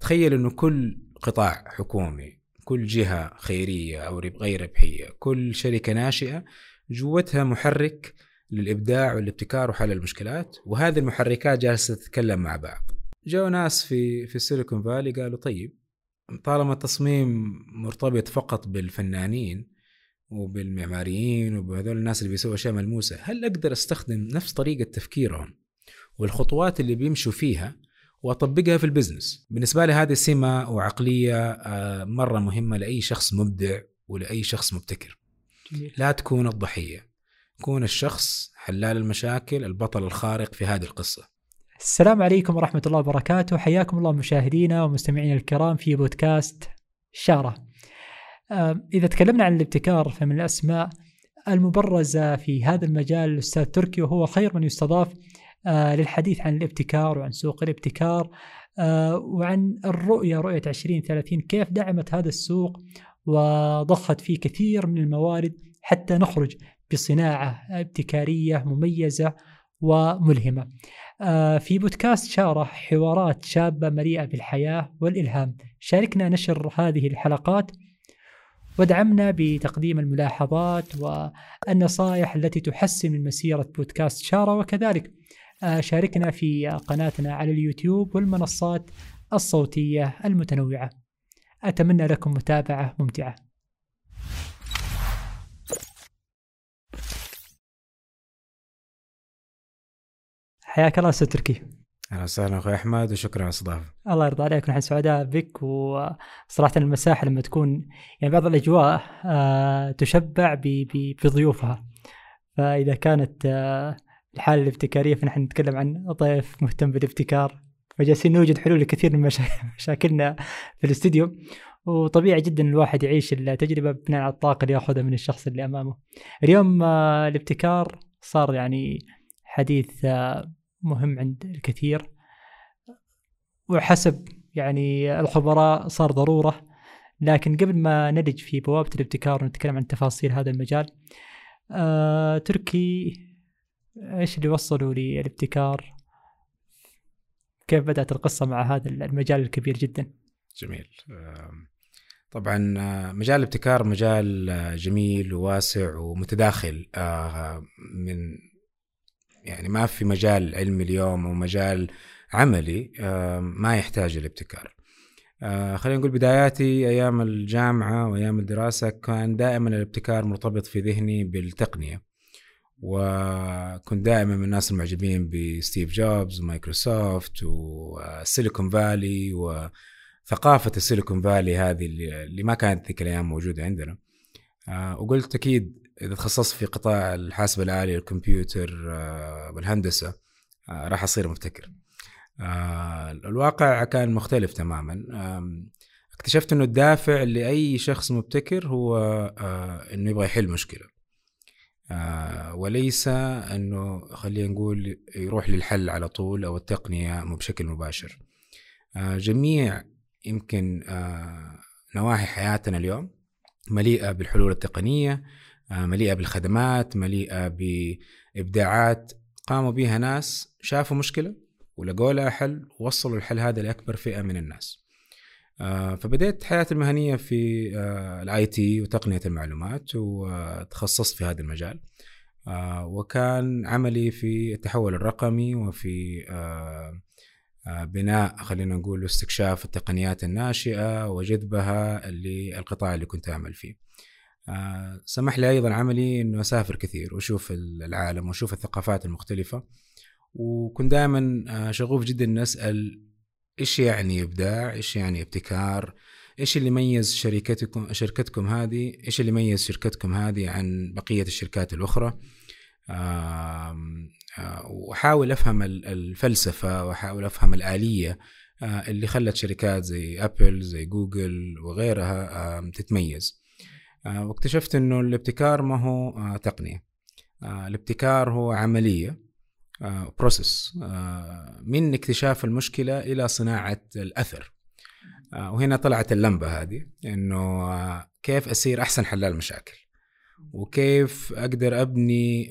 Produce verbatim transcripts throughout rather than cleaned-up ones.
تخيل أنه كل قطاع حكومي، كل جهة خيرية أو غير ربحية، كل شركة ناشئة جوتها محرك للإبداع والابتكار وحل المشكلات، وهذه المحركات جالسة تتكلم مع بعض. جاءوا ناس في في السيليكون فالي قالوا طيب طالما التصميم مرتبط فقط بالفنانين وبالمعماريين وبهذول الناس اللي بيسووا أشياء ملموسة، هل أقدر أستخدم نفس طريقة تفكيرهم والخطوات اللي بيمشوا فيها وأطبقها في البزنس؟ بالنسبة لي هذه سمة وعقلية مرة مهمة لأي شخص مبدع ولأي شخص مبتكر. لا تكون الضحية، كون الشخص حلال المشاكل، البطل الخارق في هذه القصة. السلام عليكم ورحمة الله وبركاته، حياكم الله مشاهدينا ومستمعينا الكرام في بودكاست شارة. إذا تكلمنا عن الابتكار فمن الأسماء المبرزة في هذا المجال الأستاذ تركي، وهو خير من يستضاف للحديث عن الابتكار وعن سوق الابتكار وعن الرؤية رؤية عشرين ثلاثين، كيف دعمت هذا السوق وضخت فيه كثير من الموارد حتى نخرج بصناعة ابتكارية مميزة وملهمة. في بودكاست شارة حوارات شابة مليئة بالحياة والإلهام. شاركنا نشر هذه الحلقات ودعمنا بتقديم الملاحظات والنصائح التي تحسن من مسيرة بودكاست شارة، وكذلك شاركنا في قناتنا على اليوتيوب والمنصات الصوتية المتنوعة. أتمنى لكم متابعة ممتعة. حياك الله أستاذ تركي. أهلا وسهلا أخوي أحمد، وشكرا على الاستضافة. الله يرضى عليك، ونحن سعداء بك. وصراحة المساحة لما تكون يعني بعض الأجواء آه تشبع بضيوفها، فإذا كانت آه الحالة الابتكارية فنحن نتكلم عن ضيف مهتم بالابتكار، فجالسين نوجد حلول لكثير من مشا... مشاكلنا في الاستديو. وطبيعي جدا الواحد يعيش التجربة بناء على الطاقة اللي يأخذها من الشخص اللي أمامه. اليوم آه الابتكار صار يعني حديث آه مهم عند الكثير، وحسب يعني الخبراء صار ضرورة. لكن قبل ما ندج في بوابة الابتكار ونتكلم عن تفاصيل هذا المجال، آه، تركي إيش اللي وصلوا للابتكار؟ كيف بدأت القصة مع هذا المجال الكبير جدا؟ جميل. طبعا مجال الابتكار مجال جميل وواسع ومتداخل، من يعني ما في مجال علمي اليوم ومجال عملي ما يحتاج الابتكار. خلينا نقول بداياتي أيام الجامعة وأيام الدراسة كان دائما الابتكار مرتبط في ذهني بالتقنية، وكنت دائما من الناس المعجبين بستيف جوبز ومايكروسوفت والسيليكون فالي وثقافة السيليكون فالي هذه اللي ما كانت ذيك الأيام موجودة عندنا. وقلت أكيد إذا تخصصت في قطاع الحاسب الآلي والكمبيوتر والهندسة راح أصير مبتكر. الواقع كان مختلف تماما. اكتشفت أنه الدافع لأي شخص مبتكر هو أنه يبغى يحل مشكلة، وليس أنه خلينا نقول يروح للحل على طول أو التقنية بشكل مباشر. جميع يمكن نواحي حياتنا اليوم مليئة بالحلول التقنية، مليئة بالخدمات، مليئة بإبداعات قاموا بها ناس شافوا مشكلة ولقوا لها حل ووصلوا الحل هذا لأكبر فئة من الناس. فبدأت حياتي المهنية في الاي تي وتقنية المعلومات، وتخصصت في هذا المجال، وكان عملي في التحول الرقمي وفي بناء خلينا نقول استكشاف التقنيات الناشئة وجذبها للقطاع اللي كنت أعمل فيه. سمح لي أيضا عملي أنه أسافر كثير وأشوف العالم وأشوف الثقافات المختلفة، وكنت دائما شغوف جدا نسأل إيش يعني إبداع، إيش يعني ابتكار، إيش اللي يميز شركتكم شركتكم هذه، إيش اللي يميز شركتكم هذه عن بقية الشركات الأخرى. وأحاول أفهم الفلسفة وأحاول أفهم الآلية اللي خلت شركات زي أبل زي جوجل وغيرها تتميز. واكتشفت أنه الابتكار ما هو تقنية، الابتكار هو عملية، بروسيس من اكتشاف المشكلة إلى صناعة الأثر. وهنا طلعت اللمبة هذه، إنه كيف أصير أحسن حلال مشاكل، وكيف أقدر أبني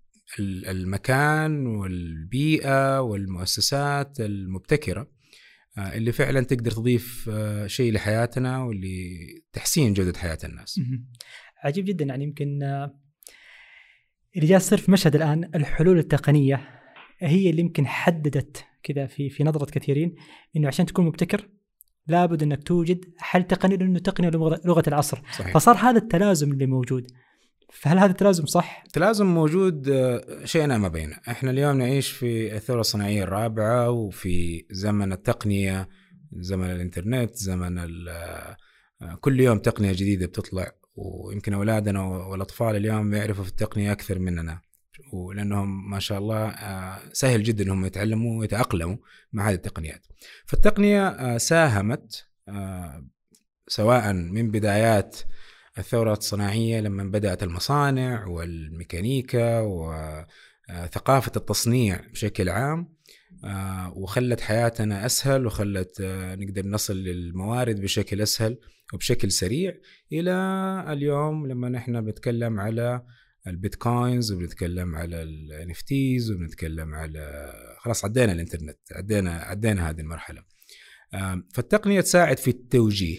المكان والبيئة والمؤسسات المبتكرة اللي فعلا تقدر تضيف شيء لحياتنا واللي تحسين جودة حياة الناس. عجيب جدا. يعني يمكن اللي جالس يصير في مشهد الآن الحلول التقنية هي اللي يمكن حددت كذا في في نظرة كثيرين إنه عشان تكون مبتكر لابد إنك توجد حل تقني، لأنه تقنية لغة العصر. صحيح. فصار هذا التلازم اللي موجود. فهل هذا التلازم صح؟ التلازم موجود، شيئنا ما بينه. احنا اليوم نعيش في الثورة الصناعية الرابعة، وفي زمن التقنية، زمن الانترنت، زمن كل يوم تقنية جديدة بتطلع، ويمكن أولادنا والأطفال اليوم يعرفوا في التقنية أكثر مننا، ولأنهم ما شاء الله سهل جدا أنهم يتعلموا ويتأقلموا مع هذه التقنيات. فالتقنية ساهمت سواء من بدايات الثورة الصناعية لما بدأت المصانع والميكانيكا وثقافة التصنيع بشكل عام، وخلت حياتنا أسهل، وخلت نقدر نصل للموارد بشكل أسهل وبشكل سريع، إلى اليوم لما نحن بنتكلم على البيتكوينز، وبنتكلم على ال إن إف تيز، وبنتكلم على خلاص عدينا الإنترنت، عدينا عدينا هذه المرحلة. فالتقنية تساعد في التوجيه،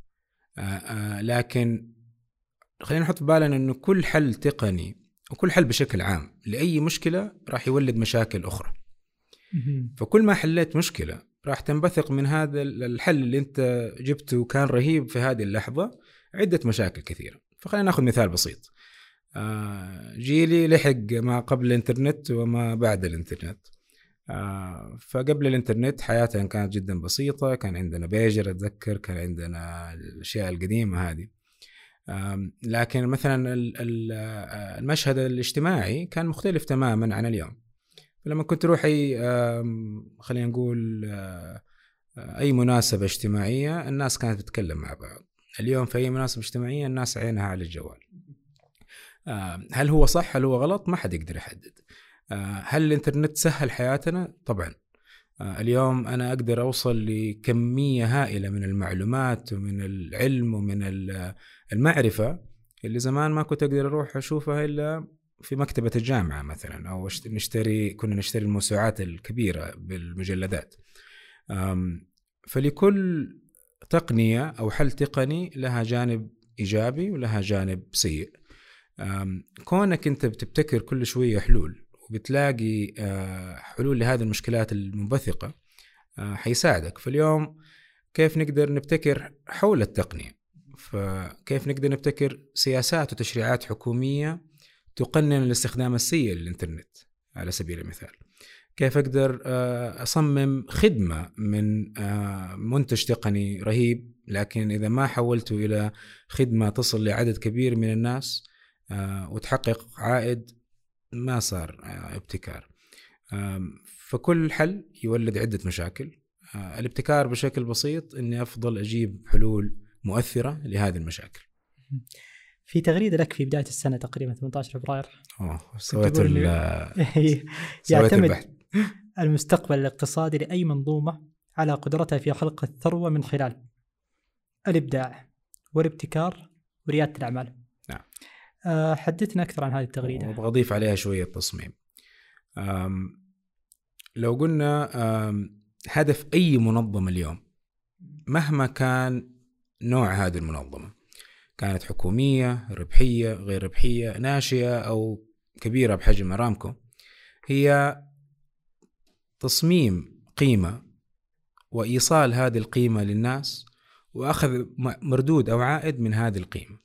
لكن خلينا نحط في بالنا إنه كل حل تقني وكل حل بشكل عام لأي مشكلة راح يولد مشاكل أخرى. فكل ما حليت مشكلة راح تنبثق من هذا الحل اللي أنت جبته وكان رهيب في هذه اللحظة عدة مشاكل كثيرة. فخلينا نأخذ مثال بسيط. جيلي لحق ما قبل الإنترنت وما بعد الإنترنت. فقبل الإنترنت حياتنا كانت جدا بسيطة، كان عندنا بيجر أتذكر، كان عندنا الأشياء القديمة هذه. لكن مثلا المشهد الاجتماعي كان مختلف تماما عن اليوم. فلما كنت تروح أي خلينا نقول أي مناسبة اجتماعية الناس كانت تتكلم مع بعض. اليوم في أي مناسبة اجتماعية الناس عينها على الجوال. هل هو صح هل هو غلط؟ ما حد يقدر يحدد. هل الإنترنت سهل حياتنا؟ طبعا. اليوم أنا أقدر أوصل لكمية هائلة من المعلومات ومن العلم ومن المعرفة اللي زمان ما كنت أقدر أروح أشوفها إلا في مكتبة الجامعة مثلا، أو نشتري كنا نشتري الموسوعات الكبيرة بالمجلدات. فلكل تقنية أو حل تقني لها جانب إيجابي ولها جانب سيء. كونك أنت بتبتكر كل شوية حلول وبتلاقي حلول لهذه المشكلات المنبثقة حيساعدك. فاليوم كيف نقدر نبتكر حول التقنية؟ فكيف نقدر نبتكر سياسات وتشريعات حكومية تقنن الاستخدام السيء للإنترنت على سبيل المثال؟ كيف أقدر أصمم خدمة من منتج تقني رهيب، لكن إذا ما حولته إلى خدمة تصل لعدد كبير من الناس وتحقق عائد ما صار ابتكار. فكل حل يولد عدة مشاكل. الابتكار بشكل بسيط إني أفضل أجيب حلول مؤثرة لهذه المشاكل. في تغريدة لك في بداية السنة تقريبا ثمانية عشر فبراير سويت يعتمد المستقبل الاقتصادي لأي منظومة على قدرتها في خلق الثروة من خلال الإبداع والابتكار وريادة الأعمال. نعم. حدثنا أكثر عن هذه التغريدة. وأبغى أضيف عليها شوية تصميم. لو قلنا هدف أي منظمة اليوم مهما كان نوع هذه المنظمة، كانت حكومية، ربحية، غير ربحية، ناشئة أو كبيرة بحجم أرامكو، هي تصميم قيمة وإيصال هذه القيمة للناس وأخذ مردود أو عائد من هذه القيمة.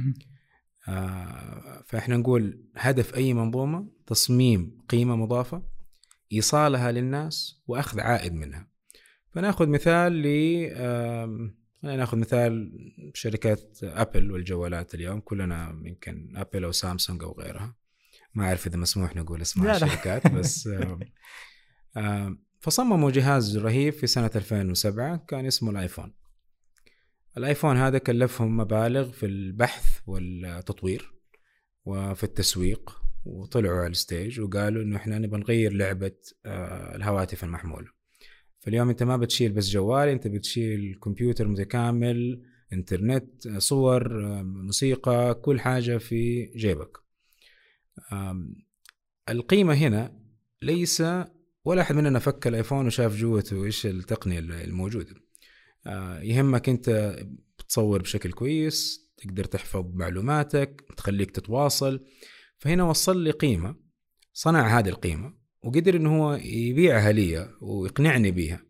آه فإحنا نقول هدف أي منظومة تصميم قيمة مضافة، إيصالها للناس وأخذ عائد منها. فنأخذ مثال ل آه نأخذ مثال شركات أبل والجوالات. اليوم كلنا يمكن أبل أو سامسونج أو غيرها، ما أعرف إذا مسموح نقول اسماء الشركات بس آه آه فصمموا جهاز رهيب في سنة ألفين وسبعة كان اسمه الآيفون. الآيفون هذا كلفهم مبالغ في البحث والتطوير وفي التسويق، وطلعوا على الستيج وقالوا إنه إحنا نبغى نغير لعبة آه الهواتف المحمولة. فاليوم أنت ما بتشيل بس جوال، أنت بتشيل كمبيوتر متكامل، إنترنت، صور، موسيقى، كل حاجة في جيبك. القيمة هنا ليس ولا أحد مننا فك الآيفون وشاف جوته إيش التقنية الموجودة. يهمك أنت بتصور بشكل كويس، تقدر تحفظ معلوماتك، تخليك تتواصل. فهنا وصل لي قيمة، صنع هذه القيمة وقدر إنه هو يبيعها لي ويقنعني بيها.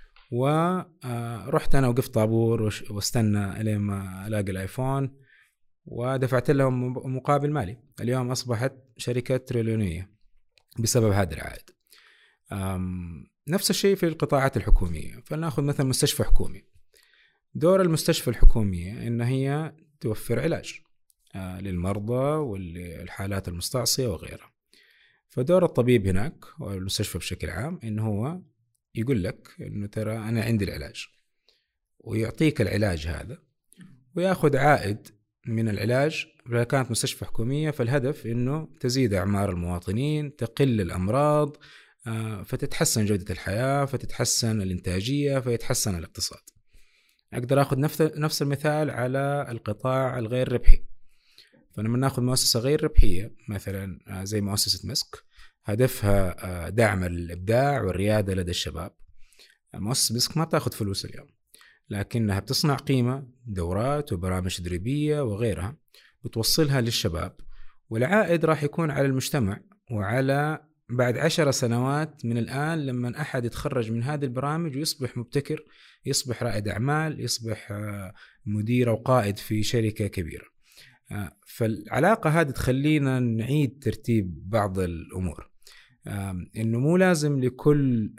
ورحت أنا وقفت طابور واستنى لين ما ألاقي الآيفون ودفعت لهم مقابل مالي. اليوم أصبحت شركة تريليونية بسبب هذا العائد. نفس الشيء في القطاعات الحكومية. فلنأخذ مثلا مستشفى حكومي. دور المستشفى الحكومية إن هي توفر علاج للمرضى والحالات المستعصية وغيرها. فدور الطبيب هناك والمستشفى بشكل عام إنه هو يقول لك إنه ترى أنا عندي العلاج، ويعطيك العلاج هذا ويأخذ عائد من العلاج. إذا كانت مستشفى حكومية فالهدف إنه تزيد أعمار المواطنين، تقل الأمراض، فتتحسن جودة الحياة، فتتحسن الإنتاجية، فيتحسن الاقتصاد. أقدر أخذ نفس نفس المثال على القطاع الغير ربحي. فلما نأخذ مؤسسة غير ربحية مثلا زي مؤسسة مسك، هدفها دعم الإبداع والريادة لدى الشباب. مؤسسة مسك ما تأخذ فلوس اليوم، لكنها بتصنع قيمة، دورات وبرامج تدريبية وغيرها بتوصلها للشباب، والعائد راح يكون على المجتمع. وعلى بعد عشر سنوات من الآن لما أحد يتخرج من هذه البرامج ويصبح مبتكر، يصبح رائد أعمال، يصبح مدير أو قائد في شركة كبيرة. فالعلاقة هذه تخلينا نعيد ترتيب بعض الأمور، إنه مو لازم لكل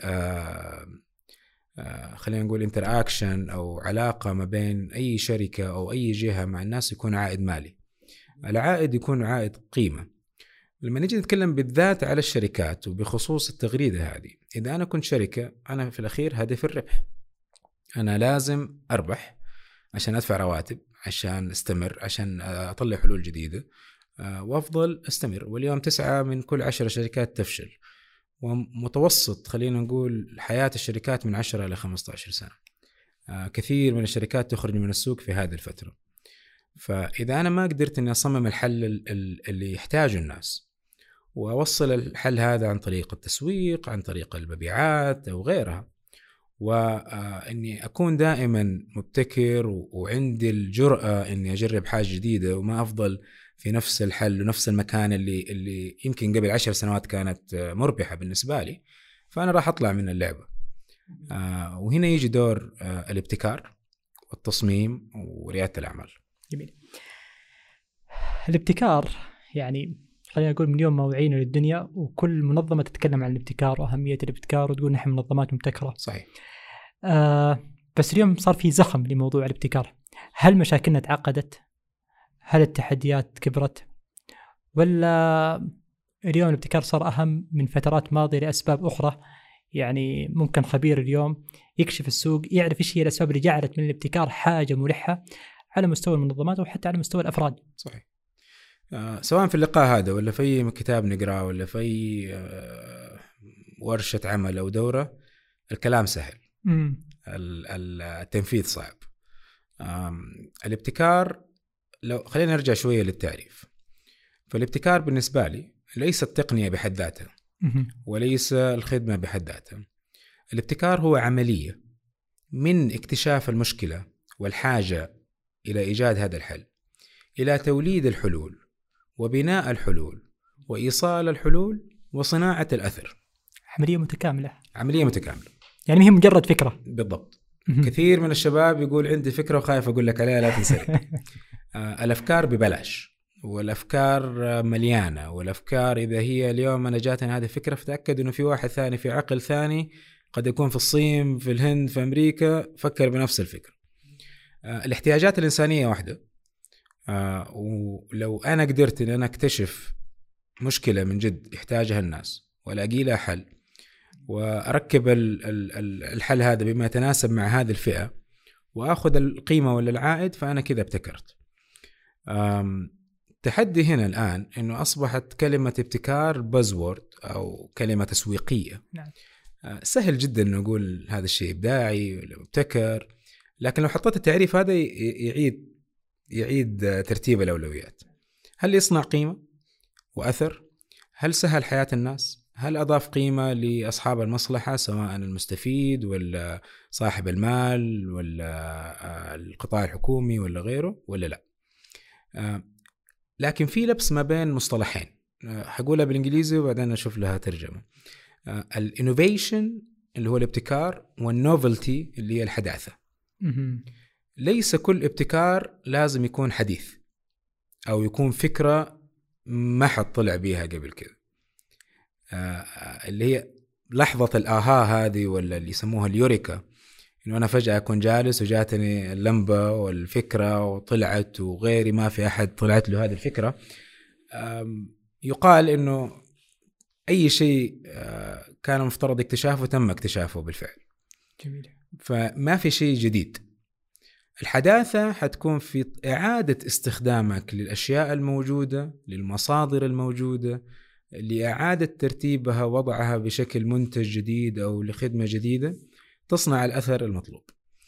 خلينا نقول انتراكشن أو علاقة ما بين أي شركة أو أي جهة مع الناس يكون عائد مالي. العائد يكون عائد قيمة. لما نجي نتكلم بالذات على الشركات وبخصوص التغريدة هذه، إذا أنا كنت شركة، أنا في الأخير هدف الربح. أنا لازم أربح عشان أدفع رواتب، عشان استمر، عشان أطلع حلول جديدة وأفضل استمر. واليوم تسعة من كل عشرة شركات تفشل، ومتوسط خلينا نقول حياة الشركات من عشرة إلى خمسة عشر سنة. كثير من الشركات تخرج من السوق في هذه الفترة. فإذا أنا ما قدرت أني أصمم الحل اللي يحتاجه الناس وأوصل الحل هذا عن طريق التسويق، عن طريق المبيعات أو غيرها، وأني أكون دائما مبتكر وعندي الجرأة أني أجرب حاجة جديدة وما أفضل في نفس الحل ونفس المكان اللي اللي يمكن قبل عشر سنوات كانت مربحة بالنسبة لي، فأنا راح أطلع من اللعبة. وهنا يجي دور الابتكار والتصميم وريادة الأعمال. جميل. الابتكار يعني خلينا نقول من يوم ما وعينا للدنيا وكل منظمة تتكلم عن الابتكار وأهمية الابتكار وتقول نحن منظمات مبتكرة. صحيح. آه بس اليوم صار في زخم لموضوع الابتكار. هل مشاكلنا تعقدت؟ هل التحديات كبرت؟ ولا اليوم الابتكار صار أهم من فترات ماضية لأسباب أخرى؟ يعني ممكن خبير اليوم يكشف السوق، يعرف إيش هي الأسباب اللي جعلت من الابتكار حاجة ملحة على مستوى المنظمات وحتى على مستوى الأفراد. صحيح. آه سواء في اللقاء هذا ولا في أي كتاب نقرأه ولا في أي آه ورشة عمل أو دورة، الكلام سهل. مم. التنفيذ صعب. الابتكار، لو خلينا نرجع شوية للتعريف. فالابتكار بالنسبة لي ليس التقنية بحد ذاتها وليس الخدمة بحد ذاتها. الابتكار هو عملية من اكتشاف المشكلة والحاجة إلى إيجاد هذا الحل، إلى توليد الحلول وبناء الحلول وإيصال الحلول وصناعة الأثر. عملية متكاملة. عملية متكاملة. يعني هي مجرد فكرة. بالضبط. كثير من الشباب يقول عندي فكرة وخايف أقول لك عليها لا تنسرق. الأفكار ببلاش، والأفكار مليانة، والأفكار إذا هي اليوم أنا جاتني هذه الفكرة فتأكد إنه في واحد ثاني في عقل ثاني قد يكون في الصين، في الهند، في أمريكا فكر بنفس الفكرة. الاحتياجات الإنسانية واحدة، ولو أنا قدرت إن أنا أكتشف مشكلة من جد يحتاجها الناس وألاقي لها حل وأركب الحل هذا بما يتناسب مع هذه الفئة وأخذ القيمة ولا العائد، فأنا كذا ابتكرت. التحدي هنا الآن إنه أصبحت كلمة ابتكار بازورد أو كلمة تسويقية. نعم. سهل جدا نقول هذا الشيء إبداعي ولا مبتكر، لكن لو حطيت التعريف هذا يعيد يعيد ترتيب الأولويات. هل يصنع قيمة وأثر؟ هل سهل حياة الناس؟ هل أضاف قيمة لأصحاب المصلحة سواء المستفيد ولا صاحب المال ولا القطاع الحكومي ولا غيره ولا لا؟ لكن في لبس ما بين مصطلحين حقولها بالإنجليزي وبعدين أشوف لها ترجمة. الانوفيشن اللي هو الابتكار والنوفلتي اللي هي الحداثة. ليس كل ابتكار لازم يكون حديث أو يكون فكرة ما حد طلع بيها قبل كده. اللي هي لحظة الآها هذه ولا اللي يسموها اليوريكا، إنه أنا فجأة أكون جالس وجاتني اللمبة والفكرة وطلعت وغيري ما في أحد طلعت له هذه الفكرة. يقال إنه أي شيء كان مفترض اكتشافه تم اكتشافه بالفعل. جميل. فما في شيء جديد. الحداثة حتكون في إعادة استخدامك للأشياء الموجودة، للمصادر الموجودة، لإعادة ترتيبها وضعها بشكل منتج جديد أو لخدمة جديدة تصنع الأثر المطلوب.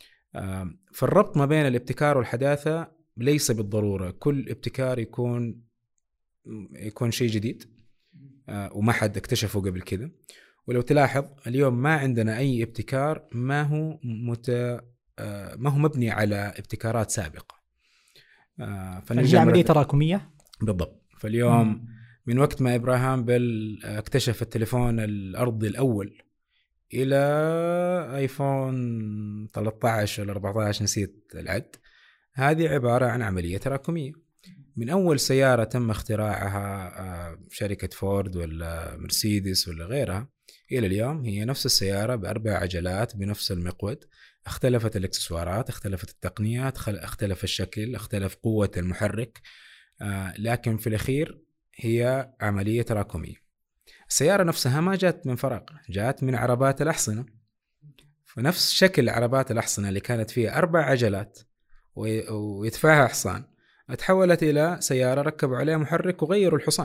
فالربط ما بين الابتكار والحداثة ليس بالضرورة كل ابتكار يكون يكون شيء جديد وما حد اكتشفه قبل كده. ولو تلاحظ اليوم ما عندنا أي ابتكار ما هو مت ما هو مبني على ابتكارات سابقة. فنرجع عملية تراكمية بالضبط. فاليوم م. من وقت ما إبراهام بيل اكتشف التليفون الأرضي الأول إلى آيفون ثلاثة عشر ولا أربعة عشر نسيت العد، هذه عبارة عن عملية تراكمية. من أول سيارة تم اختراعها شركة فورد ولا مرسيدس ولا غيرها إلى اليوم هي نفس السيارة بأربع عجلات بنفس المقود. اختلفت الإكسسوارات، اختلفت التقنيات، اختلف الشكل، اختلف قوة المحرك، لكن في الأخير هي عملية تراكمية. السيارة نفسها ما جات من فراغ، جات من عربات الأحصنة. فنفس شكل عربات الأحصنة اللي كانت فيها أربع عجلات ويدفعها حصان تحولت إلى سيارة ركبوا عليها محرك وغيروا الحصان.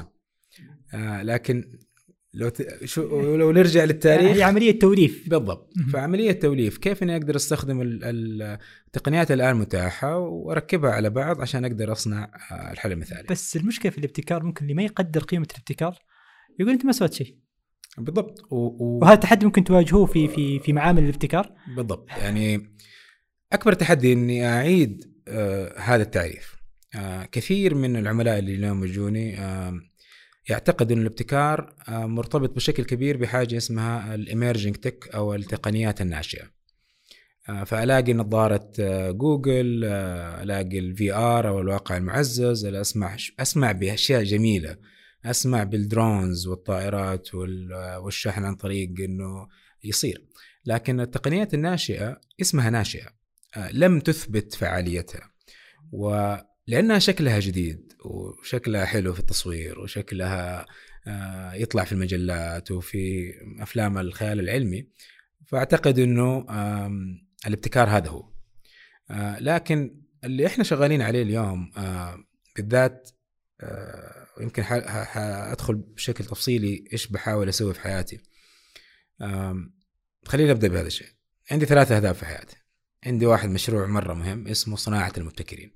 آه لكن لو ت... شو لو نرجع للتاريخ هي عملية توليف بالضبط. فعملية توليف كيف أنا أقدر أستخدم التقنيات الآن متاحة وأركبها على بعض عشان أقدر أصنع الحل المثالي. بس المشكلة في الابتكار ممكن اللي ما يقدر قيمة الابتكار يقول أنت ما سويت شيء. بالضبط. و... و... وهذا التحدي ممكن تواجهوه في في في معامل الابتكار. بالضبط. يعني أكبر تحدي إني أعيد آه هذا التعريف. آه كثير من العملاء اللي اليوم يجوني آه يعتقد أن الابتكار آه مرتبط بشكل كبير بحاجة اسمها الإيميرجينج تك أو التقنيات الناشئة. آه فألاقي نظارة آه جوجل، آه ألاقي الفي آر أو الواقع المعزز، أسمع أسمع بأشياء جميلة، أسمع بالدرونز والطائرات والشحن عن طريق إنه يصير. لكن التقنيات الناشئة اسمها ناشئة، آه لم تثبت فعاليتها، ولأنها شكلها جديد وشكلها حلو في التصوير وشكلها آه يطلع في المجلات وفي أفلام الخيال العلمي، فأعتقد أنه آه الابتكار هذا هو. آه لكن اللي إحنا شغالين عليه اليوم آه بالذات آه يمكن حأدخل بشكل تفصيلي إيش بحاول أسوي في حياتي. آه خلينا نبدأ بهذا الشيء. عندي ثلاثة أهداف في حياتي. عندي واحد مشروع مرة مهم اسمه صناعة المبتكرين.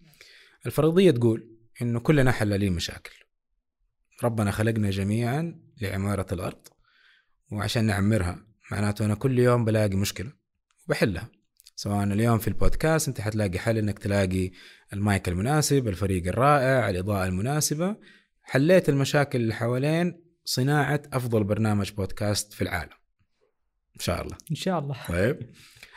الفرضية تقول إنه كلنا حلالين مشاكل. ربنا خلقنا جميعا لعمارة الأرض، وعشان نعمرها معناته أنا كل يوم بلاقي مشكلة وبحلها. سواء اليوم في البودكاست أنت حتلاقي حل إنك تلاقي المايك المناسب، الفريق الرائع، الإضاءة المناسبة. حليت المشاكل اللي حوالين صناعة أفضل برنامج بودكاست في العالم إن شاء الله. إن شاء الله. طيب.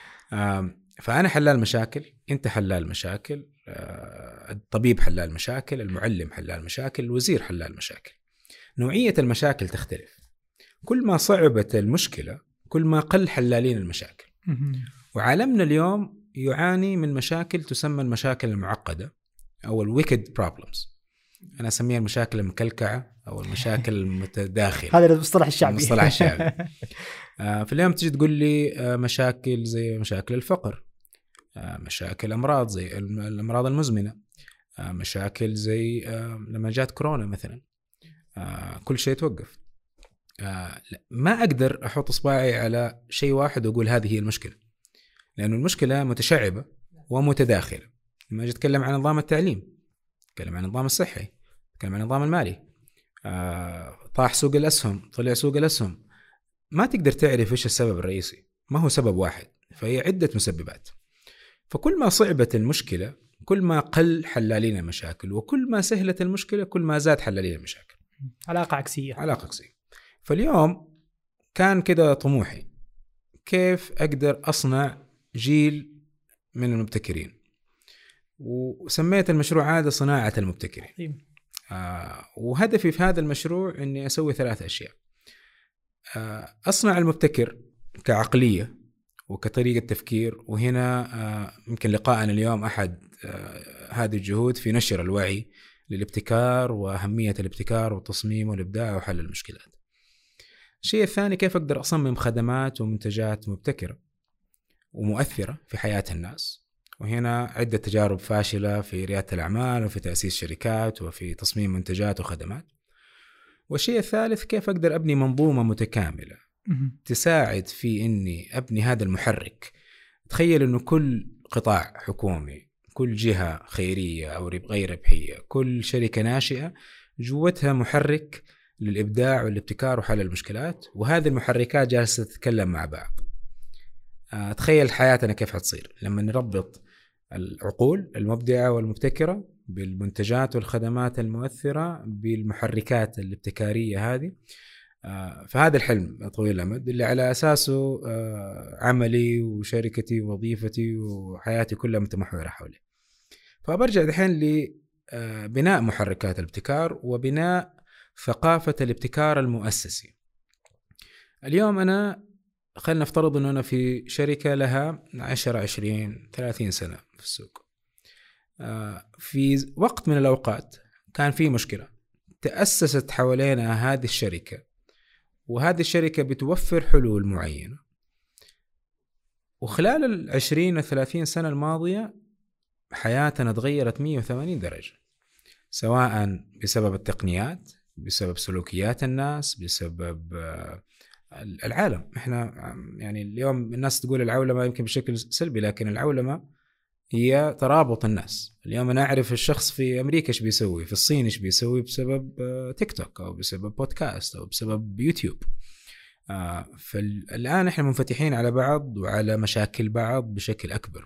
فأنا حلال مشاكل، أنت حلال مشاكل، الطبيب حلال مشاكل، المعلم حلال مشاكل، الوزير حلال مشاكل. نوعية المشاكل تختلف. كل ما صعبت المشكلة كل ما قل حلالين المشاكل. وعالمنا اليوم يعاني من مشاكل تسمى المشاكل المعقدة أو الويكد بروبلمز. أنا أسميها المشاكل المكلكعة أو المشاكل المتداخلة. هذا المصطلح الشعبي. المصطلح الشعبي. في اليوم تجي تقول لي مشاكل زي مشاكل الفقر، مشاكل أمراض زي الأمراض المزمنة، مشاكل زي لما جات كورونا مثلا، كل شيء توقف. ما أقدر أحط إصبعي على شيء واحد وأقول هذه هي المشكلة، لأن المشكلة متشعبة ومتداخلة. لما أجي أتكلم عن نظام التعليم، أتكلم عن النظام الصحي، أتكلم عن النظام المالي، طاح سوق الأسهم، طلع سوق الأسهم، ما تقدر تعرف إيش السبب الرئيسي، ما هو سبب واحد، فهي عدة مسببات. فكل ما صعبت المشكلة كل ما قل حلالين المشاكل، وكل ما سهلت المشكلة كل ما زاد حلالين المشاكل. علاقة عكسية. علاقة عكسية. فاليوم كان كده طموحي كيف أقدر أصنع جيل من المبتكرين، وسميت المشروع هذا صناعة المبتكرين. آه وهدفي في هذا المشروع أني أسوي ثلاث أشياء. آه أصنع المبتكر كعقلية وكطريقة تفكير، وهنا آه يمكن لقاءنا اليوم أحد آه هذه الجهود في نشر الوعي للابتكار وأهمية الابتكار والتصميم والإبداع وحل المشكلات. الشيء الثاني كيف أقدر أصمم خدمات ومنتجات مبتكرة ومؤثرة في حياة الناس، وهنا عدة تجارب فاشلة في ريادة الأعمال وفي تأسيس شركات وفي تصميم منتجات وخدمات. والشيء الثالث كيف أقدر أبني منظومة متكاملة تساعد في أني أبني هذا المحرك. تخيل أنه كل قطاع حكومي، كل جهة خيرية أو غير ربحية، كل شركة ناشئة جوتها محرك للإبداع والابتكار وحل المشكلات، وهذه المحركات جالسة تتكلم مع بعض. أه تخيل حياتنا كيف حتصير لما نربط العقول المبدعة والمبتكرة بالمنتجات والخدمات المؤثرة بالمحركات الابتكارية هذه. أه فهذا الحلم طويل الأمد اللي على أساسه أه عملي وشركتي ووظيفتي وحياتي كلها متمحورة حوله. فبرجع دحين لبناء محركات الابتكار وبناء ثقافة الابتكار المؤسسي. اليوم أنا خلنا نفترض أنه أنا في شركة لها عشرة عشرين ثلاثين سنة في السوق. في وقت من الأوقات كان في مشكلة تأسست حوالينا هذه الشركة، وهذه الشركة بتوفر حلول معينة، وخلال العشرين والثلاثين سنة الماضية حياتنا تغيرت مية وثمانين درجة، سواء بسبب التقنيات، بسبب سلوكيات الناس، بسبب العالم. احنا يعني اليوم الناس تقول العولمة يمكن بشكل سلبي، لكن العولمة هي ترابط الناس. اليوم أنا أعرف الشخص في أمريكا إيش بيسوي، في الصين إيش بيسوي، بسبب تيك توك أو بسبب بودكاست أو بسبب يوتيوب. فالآن احنا منفتحين على بعض وعلى مشاكل بعض بشكل أكبر.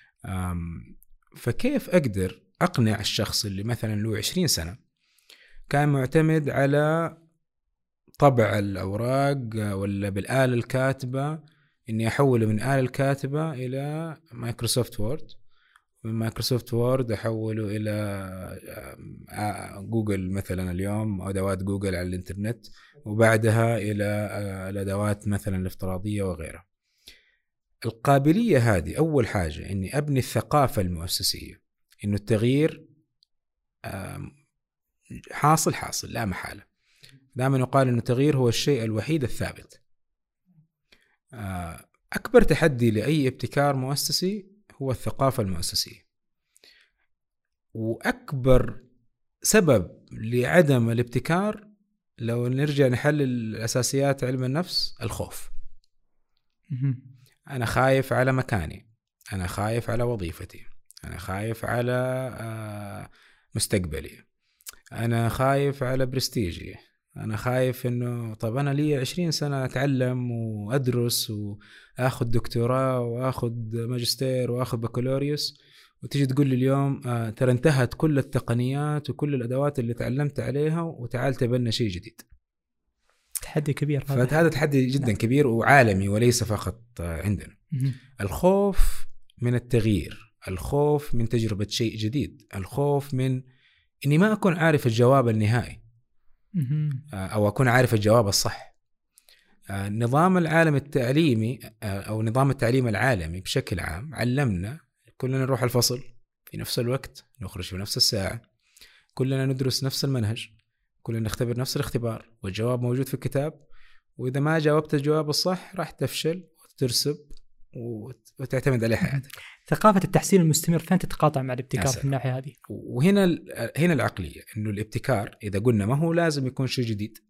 فكيف أقدر أقنع الشخص اللي مثلا له عشرين سنة كان معتمد على طبع الأوراق ولا بالآلة الكاتبة، إني أحوله من آلة الكاتبة إلى مايكروسوفت وورد، من مايكروسوفت وورد أحوله إلى جوجل مثلا اليوم، أدوات جوجل على الإنترنت، وبعدها إلى الأدوات مثلا الافتراضية وغيرها. القابلية هذه أول حاجة، إني أبني الثقافة المؤسسية، إنه التغيير حاصل حاصل لا محالة. دائما يقال إنه التغيير هو الشيء الوحيد الثابت. أكبر تحدي لأي ابتكار مؤسسي هو الثقافة المؤسسية، وأكبر سبب لعدم الابتكار لو نرجع نحلل الأساسيات علم النفس الخوف. أنا خايف على مكاني، أنا خايف على وظيفتي، أنا خايف على مستقبلي، أنا خايف على برستيجي، أنا خايف إنه طب أنا لي عشرين سنة أتعلم وأدرس وأخذ دكتوراه وأخذ ماجستير وأخذ بكالوريوس، وتيجي تقول لي اليوم آه ترى انتهت كل التقنيات وكل الأدوات اللي تعلمت عليها وتعال تبنى شيء جديد. تحدي كبير. فهذا تحدي جدا نعم. كبير وعالمي وليس فقط عندنا. م- الخوف من التغيير، الخوف من تجربة شيء جديد، الخوف من إني ما أكون عارف الجواب النهائي أو أكون عارف الجواب الصح. نظام العالم التعليمي أو نظام التعليم العالمي بشكل عام علمنا كلنا نروح الفصل في نفس الوقت، نخرج في نفس الساعة، كلنا ندرس نفس المنهج، كلنا نختبر نفس الاختبار، والجواب موجود في الكتاب، وإذا ما جاوبت الجواب الصح راح تفشل وترسب وتعتمد عليه حياتك. ثقافة التحسين المستمر فين تتقاطع مع الابتكار في الناحية هذه؟ وهنا هنا العقلية، إنه الابتكار إذا قلنا ما هو لازم يكون شيء جديد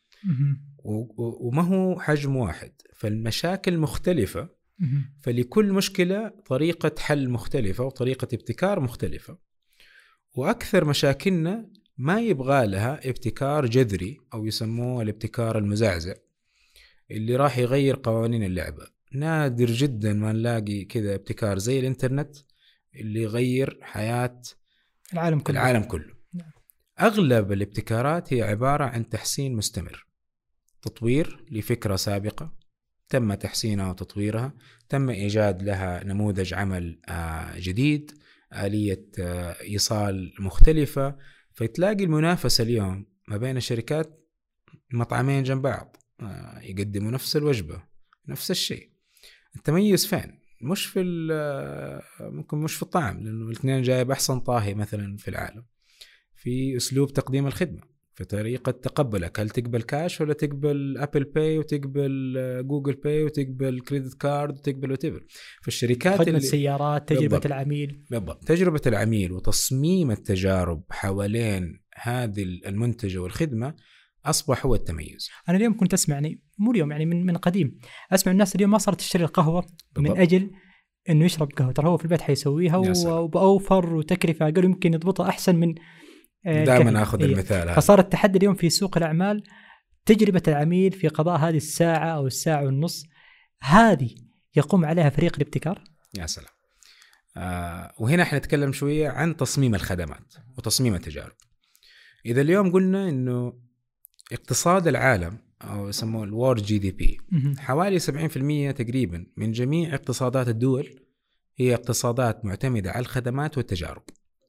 وما هو حجم واحد، فالمشاكل مختلفة، فلكل مشكلة طريقة حل مختلفة وطريقة ابتكار مختلفة، وأكثر مشاكلنا ما يبغى لها ابتكار جذري أو يسموه الابتكار المزعزع اللي راح يغير قوانين اللعبة. نادر جدا ما نلاقي كذا ابتكار زي الانترنت اللي يغير حياة العالم كله, العالم كله. نعم. أغلب الابتكارات هي عبارة عن تحسين مستمر، تطوير لفكرة سابقة تم تحسينها وتطويرها، تم إيجاد لها نموذج عمل جديد، آلية إيصال مختلفة. فتلاقي المنافسة اليوم ما بين الشركات، مطعمين جنب بعض يقدموا نفس الوجبة نفس الشيء، التميز فين؟ مش في ممكن مش في الطعم، لأنه الاثنين جايب أحسن طاهي مثلا في العالم، في أسلوب تقديم الخدمة، في طريقة تقبلك، هل تقبل كاش ولا تقبل أبل باي وتقبل جوجل باي وتقبل كريدت كارد وتقبل وتقبل. في خدمة السيارات، تجربة بالضبط. العميل بالضبط. تجربة العميل وتصميم التجارب حوالين هذه المنتج والخدمة أصبح هو التميز. أنا اليوم كنت أسمعني مو اليوم يعني من من قديم أسمع الناس اليوم ما صارت تشتري القهوة بالضبط. من أجل إنه يشرب قهوة، ترى هو في البيت حيسويها وبأوفر وتكلفة أقل، يمكن يضبطها أحسن من دائما ناخذ المثال هذا. فصار التحدي اليوم في سوق الأعمال تجربة العميل في قضاء هذه الساعة أو الساعة والنص، هذه يقوم عليها فريق الابتكار. يا سلام. آه وهنا احنا نتكلم شوية عن تصميم الخدمات وتصميم التجارب. إذا اليوم قلنا إنه اقتصاد العالم أو يسموه الوورد جي دي بي حوالي سبعين بالمئة تقريبا من جميع اقتصادات الدول هي اقتصادات معتمدة على الخدمات والتجارب.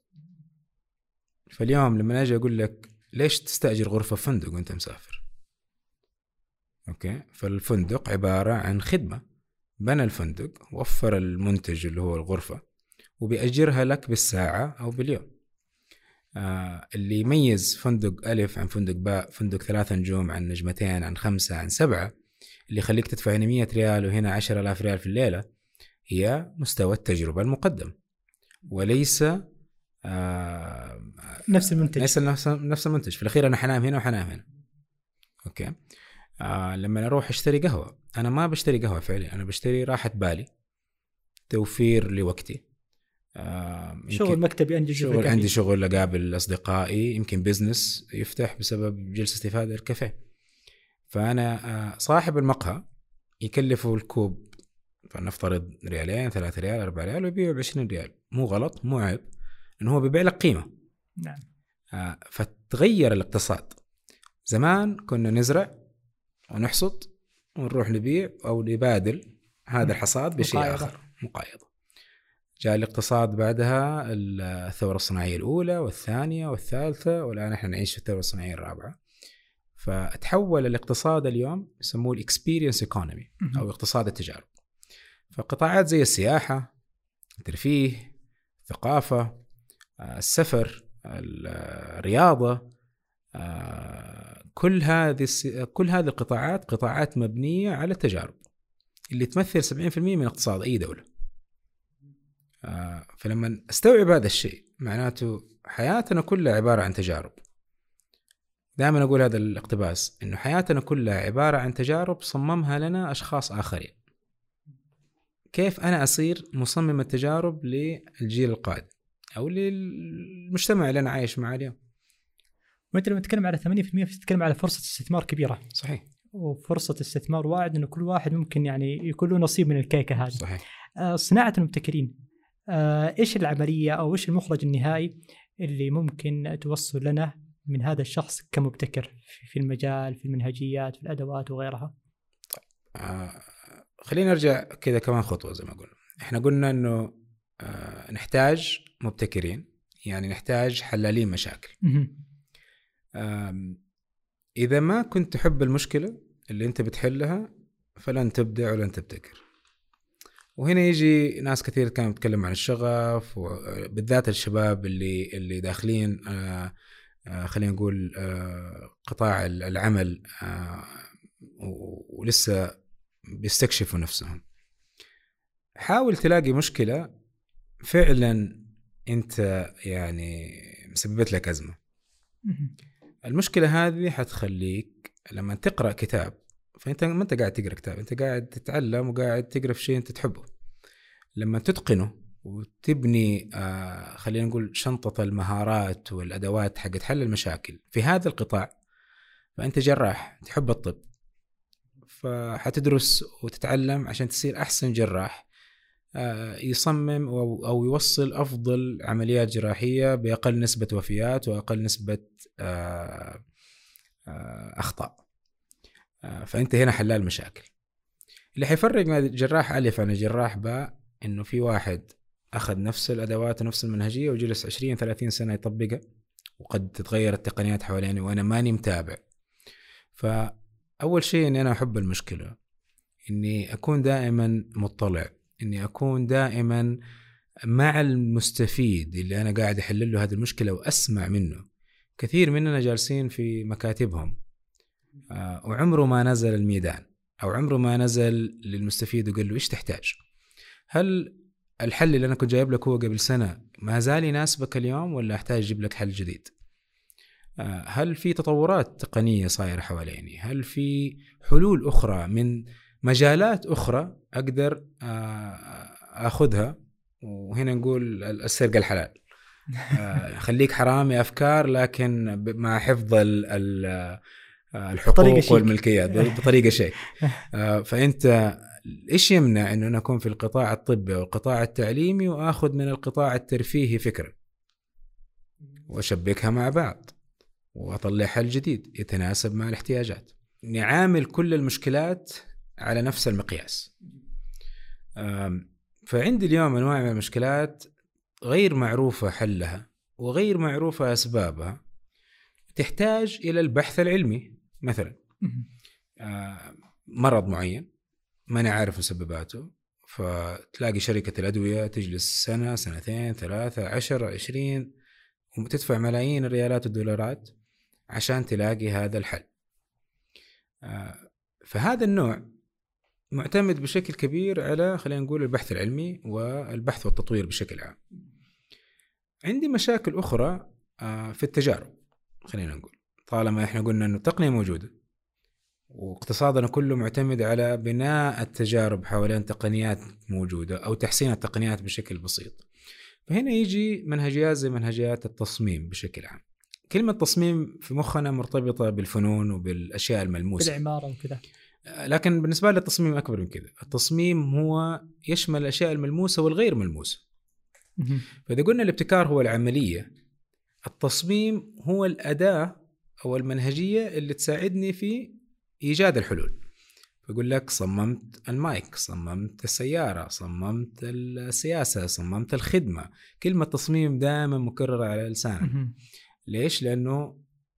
فاليوم لما أجي أقول لك ليش تستأجر غرفة فندق وأنت مسافر؟ أوكي، فالفندق عبارة عن خدمة، بنى الفندق وفر المنتج اللي هو الغرفة وبيأجرها لك بالساعة أو باليوم. آه اللي يميز فندق ألف عن فندق باء، فندق ثلاثة نجوم عن نجمتين عن خمسة عن سبعة، اللي يخليك تدفع هنا مية ريال وهنا عشرة آلاف ريال في الليلة، هي مستوى التجربة المقدم وليس آه نفس المنتج. نفس نفس المنتج. في الأخير أنا حنام هنا وحنام هنا. أوكي. آه لما أروح أشتري قهوة، أنا ما بشتري قهوة فعليا، أنا بشتري راحة بالي، توفير لوقتي، آه شغل مكتبي، عندي شغل عندي شغل أقابل أصدقائي، يمكن بزنس يفتح بسبب جلسة استفادة الكافيه. فأنا آه صاحب المقهى يكلفه الكوب فنفترض ريالين ثلاثة ريال أربعة ريال ويبيعه بعشرين ريال، مو غلط مو عيب، لأنه هو بيبيع لك قيمة. نعم. آه فتغير الاقتصاد. زمان كنا نزرع ونحصد ونروح نبيع أو نبادل هذا الحصاد بشيء مقايضة. آخر مقايضة. جاء الاقتصاد بعدها الثورة الصناعية الأولى والثانية والثالثة، والآن احنا نعيش في الثورة الصناعية الرابعة. فتحول الاقتصاد اليوم يسموه الاكسبيرينس ايكونومي أو اقتصاد التجارب. فقطاعات زي السياحة، الترفيه، الثقافة، السفر، الرياضة، كل هذه كل هذه القطاعات قطاعات مبنية على التجارب اللي تمثل سبعين بالمئة من اقتصاد أي دولة. فلما استوعب هذا الشيء معناته حياتنا كلها عبارة عن تجارب. دائما أقول هذا الاقتباس إنه حياتنا كلها عبارة عن تجارب صممها لنا أشخاص آخرين. كيف أنا أصير مصمم التجارب للجيل القادم أو للمجتمع اللي أنا عايش معه اليوم؟ وأنت لما تتكلم على ثمانية بالمئة تتكلم على فرصة استثمار كبيرة. صحيح. وفرصة استثمار واعد إنه كل واحد ممكن يعني يكون له نصيب من الكيكة هذه. صحيح. آه صناعة المبتكرين، آه إيش العملية أو إيش المخرج النهائي اللي ممكن توصل لنا من هذا الشخص كمبتكر في المجال، في المنهجيات، في الأدوات وغيرها؟ آه خلينا نرجع كذا كمان خطوة. زي ما قلنا إحنا قلنا إنه آه نحتاج مبتكرين، يعني نحتاج حلالين مشاكل. إذا ما كنت تحب المشكلة اللي أنت بتحلها فلن تبدع ولن تبتكر. وهنا يجي ناس كثير كانوا بتكلم عن الشغف، وبالذات الشباب اللي اللي داخلين آه آه خلينا نقول آه قطاع العمل آه ولسه بيستكشفوا نفسهم. حاول تلاقي مشكلة فعلا أنت يعني مسببت لك أزمة. المشكلة هذه حتخليك لما تقرأ كتاب، فأنت ما أنت قاعد تقرأ كتاب، أنت قاعد تتعلم وقاعد تقرأ في شيء أنت تحبه. لما تتقنه وتبني آه خلينا نقول شنطة المهارات والأدوات حقت حل المشاكل في هذا القطاع، فأنت جراح تحب الطب، فحتدرس وتتعلم عشان تصير أحسن جراح آه يصمم أو يوصل أفضل عمليات جراحية بأقل نسبة وفيات وأقل نسبة آه آه أخطاء. آه فأنت هنا حلال مشاكل. اللي حيفرق ما جراح ألف عن جراح باء إنه في واحد أخذ نفس الأدوات ونفس المنهجية وجلس عشرين ثلاثين سنة يطبقها، وقد تتغير التقنيات حواليني وأنا ماني متابع. فأول شيء إني أنا أحب المشكلة، إني أكون دائما مطلع، إني أكون دائما مع المستفيد اللي أنا قاعد أحل له هذه المشكلة وأسمع منه. كثير مننا جالسين في مكاتبهم آه وعمره ما نزل الميدان أو عمره ما نزل للمستفيد وقال له إيش تحتاج. هل الحل اللي أنا كنت جايب لك هو قبل سنة ما زال يناسبك اليوم ولا أحتاج أجيب لك حل جديد؟ هل في تطورات تقنية صايرة حواليني؟ هل في حلول أخرى من مجالات أخرى أقدر أخذها؟ وهنا نقول السرقة الحلال. خليك حرامي أفكار لكن مع حفظ الحقوق والملكيات بطريقة شيء. فأنت إيش يمنع إنه نكون في القطاع الطبي والقطاع التعليمي وآخذ من القطاع الترفيهي فكرة وأشبكها مع بعض وأطلع حل جديد يتناسب مع الاحتياجات، نعامل كل المشكلات على نفس المقياس. فعندي اليوم أنواع من المشكلات غير معروفة حلها وغير معروفة أسبابها، تحتاج إلى البحث العلمي. مثلا مرض معين ما أنا عارف مسبباته، فتلاقي شركة الأدوية تجلس سنة سنتين ثلاثة عشر عشرين وتدفع ملايين الريالات والدولارات عشان تلاقي هذا الحل. فهذا النوع معتمد بشكل كبير على خلينا نقول البحث العلمي والبحث والتطوير بشكل عام. عندي مشاكل أخرى في التجارب. خلينا نقول طالما إحنا قلنا أنه التقنية موجودة واقتصادنا كله معتمد على بناء التجارب حوالين تقنيات موجودة أو تحسين التقنيات بشكل بسيط، فهنا يجي منهجيات زي منهجيات التصميم بشكل عام. كلمة تصميم في مخنا مرتبطة بالفنون وبالأشياء الملموسة، بالعمارة وكذا، لكن بالنسبة للتصميم أكبر من كذا. التصميم هو يشمل الأشياء الملموسة والغير ملموسة. فإذا قلنا الابتكار هو العملية، التصميم هو الأداة أو المنهجية اللي تساعدني في إيجاد الحلول. فأقول لك صممت المايك، صممت السيارة، صممت السياسة، صممت الخدمة. كلمة تصميم دائما مكررة على لسانك. ليش؟ لأنه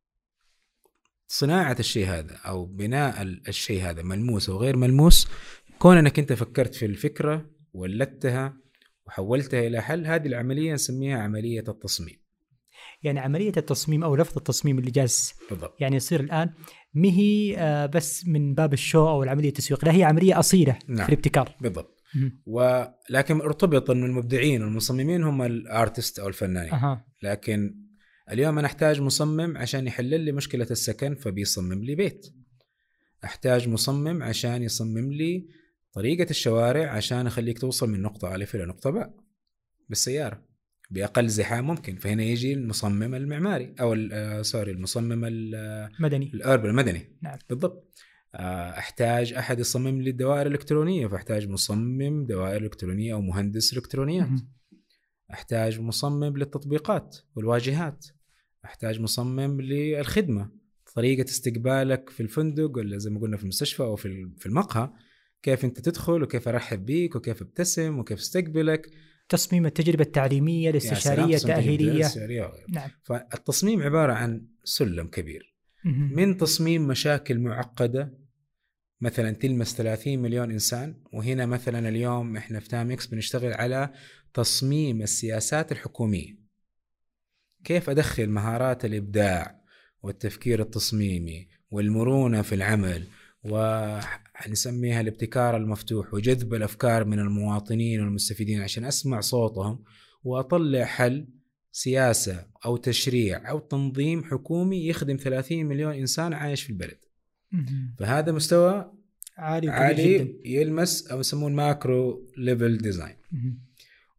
صناعة الشيء هذا أو بناء الشيء هذا ملموس وغير ملموس، كون أنك أنت فكرت في الفكرة ولدتها وحولتها إلى حل، هذه العملية نسميها عملية التصميم. يعني عملية التصميم أو لفظ التصميم اللي جالس بالضبط. يعني يصير الآن مهي بس من باب الشو أو العملية التسويق، لا هي عملية أصيلة. نعم. في الابتكار. بالضبط. ولكن ارتبط أن المبدعين والمصممين هم الارتست أو الفنانين. أه. لكن اليوم أنا أحتاج مصمم عشان يحلل لي مشكلة السكن فبيصمم لي بيت، أحتاج مصمم عشان يصمم لي طريقة الشوارع عشان أخليك توصل من نقطة ألف إلى نقطة باء بالسيارة بأقل زحام ممكن. فهنا يجي المصمم المعماري أو سوري المصمم المدني الأربن المدني. نعم. بالضبط. أحتاج أحد يصمم لي الدوائر الإلكترونية، فأحتاج مصمم دوائر إلكترونية أو مهندس إلكترونيات. أحتاج مصمم للتطبيقات والواجهات، أحتاج مصمم للخدمة، طريقة استقبالك في الفندق ولا زي ما قلنا في المستشفى أو في المقهى، كيف أنت تدخل وكيف أرحب بيك وكيف ابتسم وكيف استقبلك. تصميم التجربة التعليمية، الاستشارية، التأهيلية. نعم. فالتصميم عبارة عن سلم كبير من تصميم مشاكل معقدة مثلا تلمس ثلاثين مليون إنسان. وهنا مثلا اليوم إحنا في تاميكس بنشتغل على تصميم السياسات الحكومية، كيف أدخل مهارات الإبداع والتفكير التصميمي والمرونة في العمل ونسميها الابتكار المفتوح وجذب الأفكار من المواطنين والمستفيدين عشان أسمع صوتهم وأطلع حل سياسة أو تشريع أو تنظيم حكومي يخدم ثلاثين مليون إنسان عايش في البلد. فهذا مستوى عالي, عالي يلمس أو يسمون ماكرو ليفل ديزاين.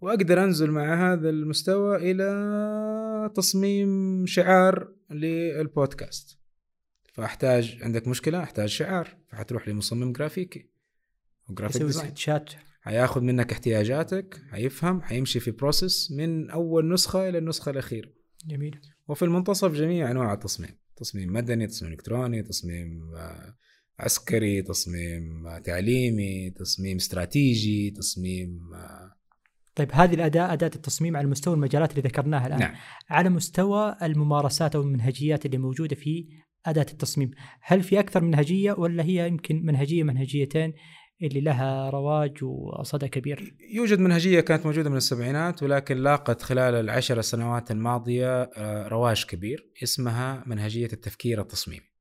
وأقدر أنزل مع هذا المستوى إلى تصميم شعار للبودكاست. فأحتاج، عندك مشكلة أحتاج شعار، فحتروح لمصمم جرافيكي وجرافيك ديزاين، هياخد منك احتياجاتك، هيفهم، هيمشي في بروسيس من أول نسخة إلى النسخة الأخيرة. جميل. وفي المنتصف جميع أنواع التصميم، تصميم مدني، تصميم إلكتروني، تصميم عسكري، تصميم تعليمي، تصميم استراتيجي، تصميم. طيب هذه الأداة أداة التصميم على مستوى المجالات اللي ذكرناها الآن. نعم. على مستوى الممارسات أو المنهجيات اللي موجودة في أداة التصميم، هل في أكثر منهجية ولا هي يمكن منهجية منهجيتين اللي لها رواج وصدى كبير؟ يوجد منهجية كانت موجودة من السبعينات ولكن لاقت خلال العشر سنوات الماضية رواج كبير، اسمها منهجية التفكير التصميمي.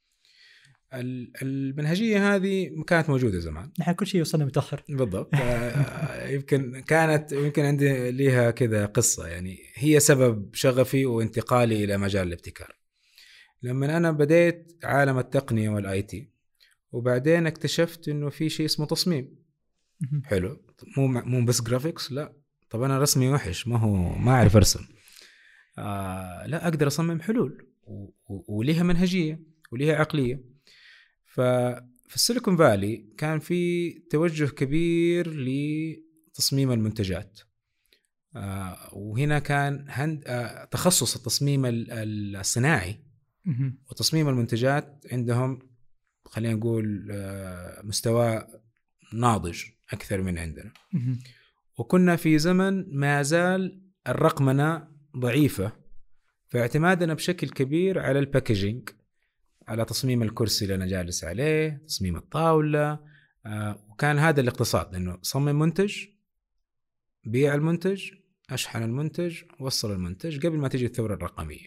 المنهجية هذه كانت موجودة زمان، نحن كل شيء وصلنا متأخر. بالضبط. يمكن كانت يمكن عندي ليها كذا قصة، يعني هي سبب شغفي وانتقالي إلى مجال الابتكار. لما أنا بديت عالم التقنية والآي تي، وبعدين اكتشفت إنه في شيء اسمه تصميم حلو، مو مو بس جرافيكس، لا. طب أنا رسمي وحش، ما هو ما أعرف أرسم، آه لا أقدر أصمم حلول وليها منهجية وليها عقلية. ففي السيليكون فالي كان في توجه كبير لتصميم المنتجات، آه وهنا كان هند آه تخصص التصميم الصناعي وتصميم المنتجات عندهم، خلينا نقول آه مستوى ناضج أكثر من عندنا. وكنا في زمن ما زال الرقمنة ضعيفة، فاعتمادنا بشكل كبير على الباكيجينج، على تصميم الكرسي اللي أنا جالس عليه، تصميم الطاولة، آه وكان هذا الاقتصاد، لأنه صمم منتج، بيع المنتج، أشحن المنتج، وصل المنتج، قبل ما تيجي الثورة الرقمية.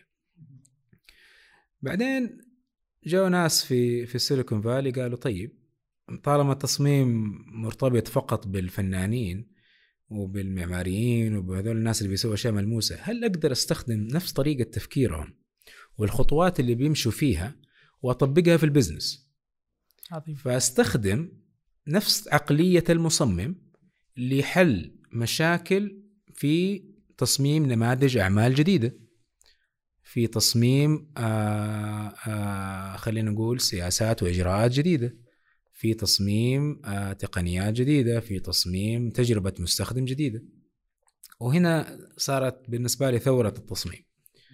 بعدين جاءوا ناس في في السيليكون فالي قالوا طيب طالما التصميم مرتبط فقط بالفنانين وبالمعماريين وبهذول الناس اللي بيسووا أشياء ملموسة، هل أقدر أستخدم نفس طريقة تفكيرهم والخطوات اللي بيمشوا فيها وأطبقها في البزنس؟ عظيم. فأستخدم نفس عقلية المصمم لحل مشاكل في تصميم نماذج أعمال جديدة، في تصميم آآ آآ خلينا نقول سياسات وإجراءات جديدة، في تصميم تقنيات جديدة، في تصميم تجربة مستخدم جديدة. وهنا صارت بالنسبة لي ثورة التصميم.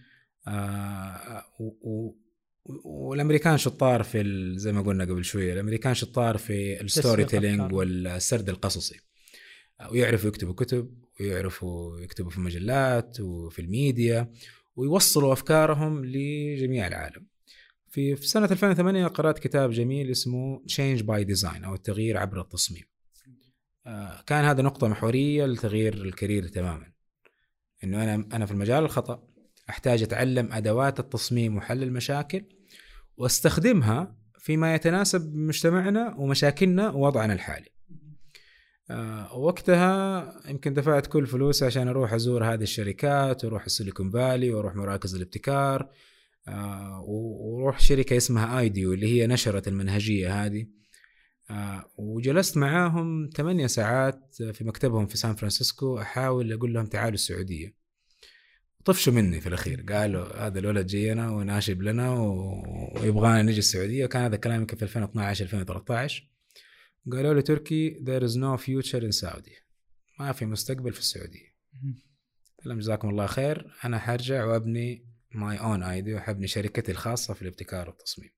والأمريكان شطار في زي ما قلنا قبل شوية، الأمريكان شطار في الستوري تيلينج والسرد القصصي، ويعرفوا يكتبوا كتب ويعرفوا يكتبوا في مجلات وفي الميديا ويوصلوا أفكارهم لجميع العالم. في في سنة ألفين وثمانية قرأت كتاب جميل اسمه Change by Design أو التغيير عبر التصميم. آه كان هذا نقطة محورية لتغيير الكارير تماما، إنه أنا أنا في المجال الخطأ، أحتاج أتعلم أدوات التصميم وحل المشاكل واستخدمها فيما يتناسب مجتمعنا ومشاكلنا ووضعنا الحالي. آه وقتها يمكن دفعت كل فلوس عشان أروح أزور هذه الشركات وأروح السيليكون فالي وأروح مراكز الابتكار، آه وروح شركة اسمها ايديو اللي هي نشرت المنهجية هذه، آه وجلست معاهم ثمانية ساعات في مكتبهم في سان فرانسيسكو أحاول أقول لهم تعالوا السعودية. طفشوا مني في الأخير، قالوا هذا الولد جينا وناشب لنا ويبغانا نجي السعودية. كان هذا الكلام في ألفين واثني عشر ألفين وثلاثة عشر. قالوا لي تركي there is no future in Saudi، ما في مستقبل في السعودية. لهم جزاكم الله خير، أنا حرجع وأبني my own idea وحبني شركتي الخاصة في الابتكار والتصميم.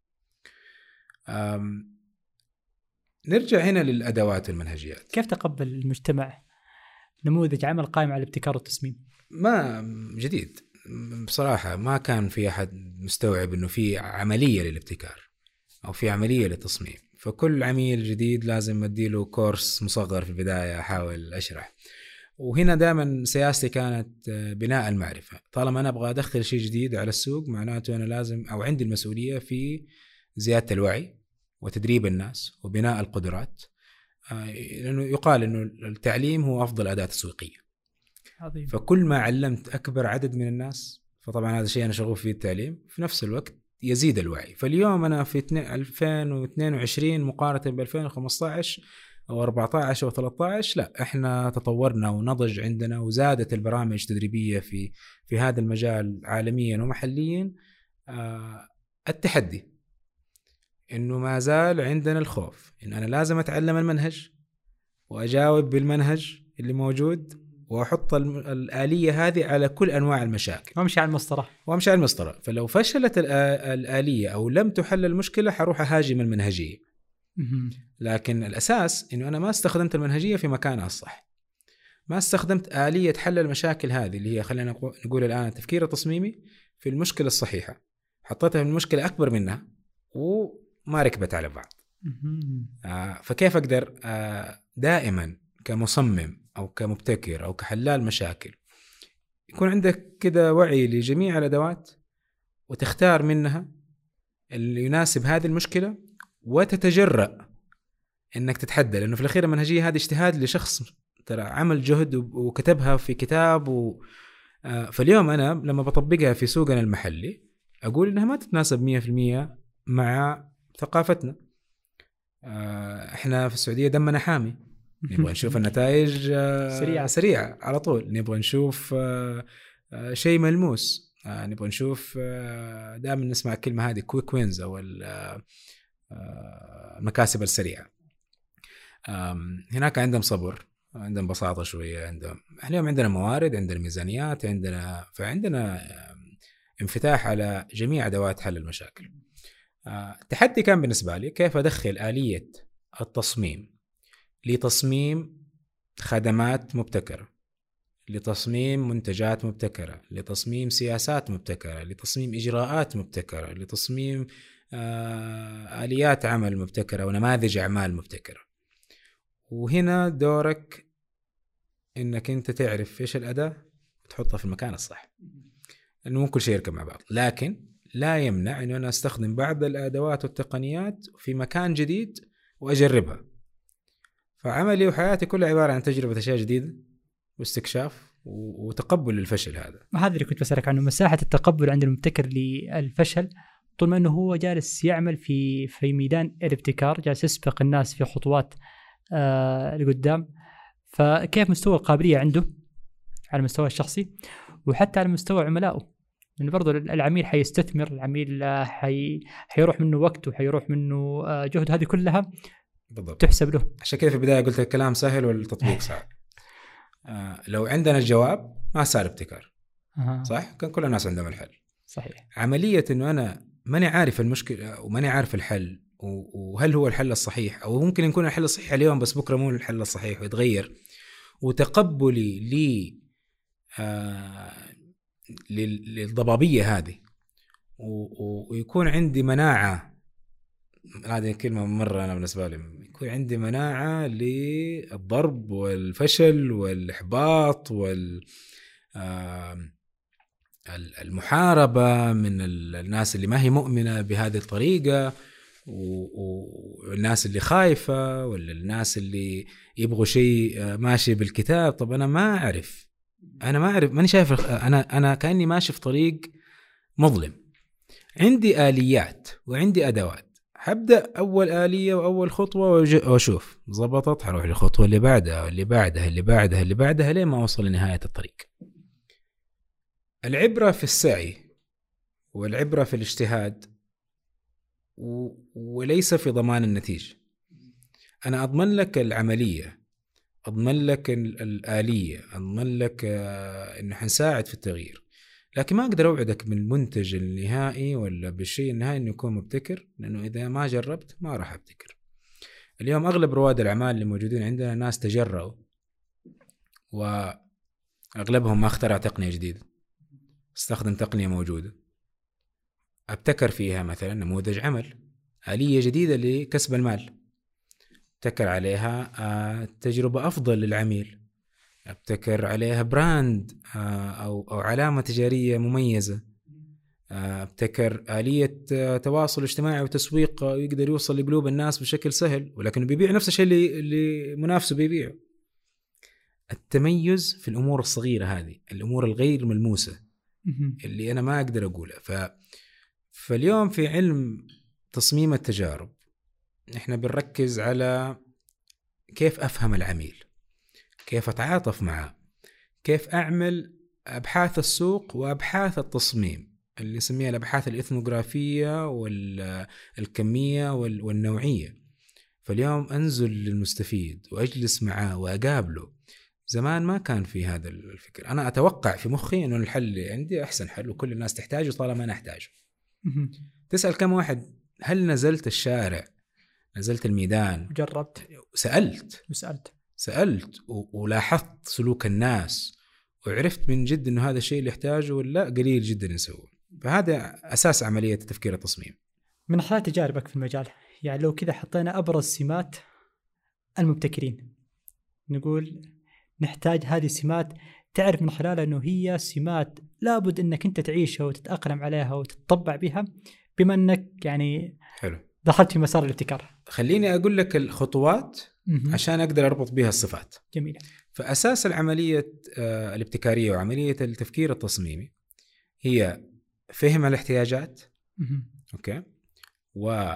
نرجع هنا للأدوات والمنهجيات. كيف تقبل المجتمع نموذج عمل قائم على الابتكار والتصميم؟ ما جديد بصراحة، ما كان في أحد مستوعب إنه في عملية للابتكار أو في عملية للتصميم. فكل عميل جديد لازم أديله كورس مصغر في البداية أحاول أشرح. وهنا دائما سياستي كانت بناء المعرفة. طالما أنا أبغى أدخل شيء جديد على السوق معناته أنا لازم أو عندي المسؤولية في زيادة الوعي وتدريب الناس وبناء القدرات، لأنه يقال إنه التعليم هو أفضل أداة تسويقية. عظيم. فكل ما علمت أكبر عدد من الناس، فطبعا هذا الشيء أنا شغوف فيه التعليم، في نفس الوقت يزيد الوعي. فاليوم أنا في ألفين واثنين وعشرين مقارنة ب ألفين وخمسة عشر أو أربعة عشر أو ثلاثة عشر، لا إحنا تطورنا ونضج عندنا وزادت البرامج التدريبية في في هذا المجال عالميا ومحليا. آه التحدي إنه ما زال عندنا الخوف إن أنا لازم أتعلم المنهج وأجاوب بالمنهج اللي موجود وأحط الآلية هذه على كل أنواع المشاكل وأمشي على المسطرة وأمشي على المسطرة. فلو فشلت الآلية أو لم تحل المشكلة حروح أهاجم المنهجية. لكن الأساس إنه أنا ما استخدمت المنهجية في مكانها الصح، ما استخدمت آلية حل المشاكل هذه اللي هي خلينا نقول الآن التفكير التصميمي في المشكلة الصحيحة، حطيتها في المشكلة أكبر منها وما ركبت على بعض. آه فكيف أقدر آه دائما كمصمم أو كمبتكر أو كحلال مشاكل يكون عندك كده وعي لجميع الأدوات وتختار منها اللي يناسب هذه المشكلة وتتجرأ إنك تتحدى، لأنه في الأخير المنهجية هذه اجتهاد لشخص ترى عمل جهد وكتبها في كتاب و... آه فاليوم أنا لما بطبقها في سوقنا المحلي أقول إنها ما تتناسب مية في المية مع ثقافتنا. آه إحنا في السعودية دمنا حامي، نبغى نشوف النتائج آه سريعة سريعة على طول، نبغى نشوف آه آه شيء ملموس، آه نبغى نشوف آه دائما نسمع الكلمة هذه كويك وينز أو المكاسب السريعة. هناك عندهم صبر، عندهم بساطة شوية، عندهم اليوم عندنا موارد، عندنا ميزانيات، عندنا فعندنا انفتاح على جميع أدوات حل المشاكل. التحدي كان بالنسبة لي كيف أدخل آلية التصميم لتصميم خدمات مبتكرة، لتصميم منتجات مبتكرة، لتصميم سياسات مبتكرة، لتصميم إجراءات مبتكرة، لتصميم آليات عمل مبتكرة ونماذج أعمال مبتكرة. وهنا دورك إنك أنت تعرف إيش الأداة وتحطها في المكان الصح، لأنه مو كل شيء يركب مع بعض، لكن لا يمنع إنه أنا أستخدم بعض الأدوات والتقنيات في مكان جديد وأجربها. فعملي وحياتي كلها عبارة عن تجربة أشياء جديدة واستكشاف وتقبل للفشل. هذا هذا اللي كنت بسألك عنه، مساحة التقبل عند المبتكر للفشل طول ما أنه هو جالس يعمل في في ميدان الابتكار، جالس يسبق الناس في خطوات آه لقدام. فكيف مستوى القابلية عنده على المستوى الشخصي وحتى على مستوى عملائه، لأنه برضو العميل حيستثمر، العميل حي حيروح منه وقت وحيروح منه جهد، هذه كلها بالضبط تحسب له. عشان كذا في البداية قلت الكلام سهل والتطبيق صعب. آه لو عندنا الجواب ما صار ابتكار. أه. صح؟ كان كل الناس عندهم الحل. صحيح. عملية إنه أنا ماني عارف المشكلة وماني عارف الحل وهل هو الحل الصحيح أو ممكن يكون الحل الصحيح اليوم بس بكرة مو الحل الصحيح ويتغير، وتقبلي لي آه للضبابية هذه ويكون عندي مناعة. هذه كلمة مرة أنا بالنسبة لي، يكون عندي مناعة للضرب والفشل والإحباط وال المحاربة من الناس اللي ما هي مؤمنة بهذه الطريقة، والناس اللي خايفة، ولا الناس اللي يبغوا شيء ماشي بالكتاب. طب أنا ما أعرف، أنا ما أعرف، ماني شايف، أنا أنا كأني ماشي في طريق مظلم. عندي آليات وعندي أدوات، هبدأ أول آلية وأول خطوة وأشوف زبطت، هروح للخطوة اللي بعدها واللي بعدها اللي بعدها اللي بعدها لين ما أوصل لنهاية الطريق. العبرة في السعي والعبرة في الاجتهاد وليس في ضمان النتيجة. أنا أضمن لك العملية، أضمن لك الآلية، أضمن لك إنه حنساعد في التغيير، لكن ما أقدر أوعدك من المنتج النهائي ولا بالشيء النهائي إنه يكون مبتكر، لأنه إذا ما جربت ما راح أبتكر. اليوم أغلب رواد الأعمال اللي موجودين عندنا ناس تجرؤوا وأغلبهم ما اخترع تقنية جديدة، استخدم تقنية موجودة ابتكر فيها، مثلا نموذج عمل، آلية جديدة لكسب المال، ابتكر عليها تجربة أفضل للعميل، ابتكر عليها براند أو أو علامة تجارية مميزة، ابتكر آلية تواصل اجتماعي وتسويق يقدر يوصل لقلوب الناس بشكل سهل، ولكن بيبيع نفس الشيء اللي اللي منافسه بيبيعه. التميز في الأمور الصغيرة هذه، الأمور الغير ملموسة اللي أنا ما أقدر أقولها. ف فاليوم في علم تصميم التجارب احنا بنركز على كيف أفهم العميل، كيف أتعاطف معه، كيف أعمل أبحاث السوق وأبحاث التصميم اللي نسميها الأبحاث الإثنوغرافية والكمية والنوعية. فاليوم أنزل للمستفيد وأجلس معه وأقابله. زمان ما كان في هذا الفكر. أنا أتوقع في مخي أنه الحل اللي عندي أحسن حل وكل الناس تحتاجه طالما أنا أحتاجه. تسأل كم واحد هل نزلت الشارع، نزلت الميدان، جربت، سألت وسألت سألت ولاحظت سلوك الناس وعرفت من جد أنه هذا الشيء اللي يحتاجه ولا قليل جدا يسوي. فهذا أساس عملية التفكير التصميم. من خلال تجاربك في المجال، يعني لو كذا حطينا أبرز سمات المبتكرين، نقول نحتاج هذه السمات تعرف من خلالها أنه هي سمات لابد أنك أنت تعيشها وتتأقلم عليها وتتطبع بها بما أنك يعني حلو دخلت في مسار الابتكار. خليني أقول لك الخطوات م-م. عشان أقدر أربط بها الصفات. جميل. فأساس العملية الابتكارية وعملية التفكير التصميمي هي فهم الاحتياجات. م-م. أوكي. و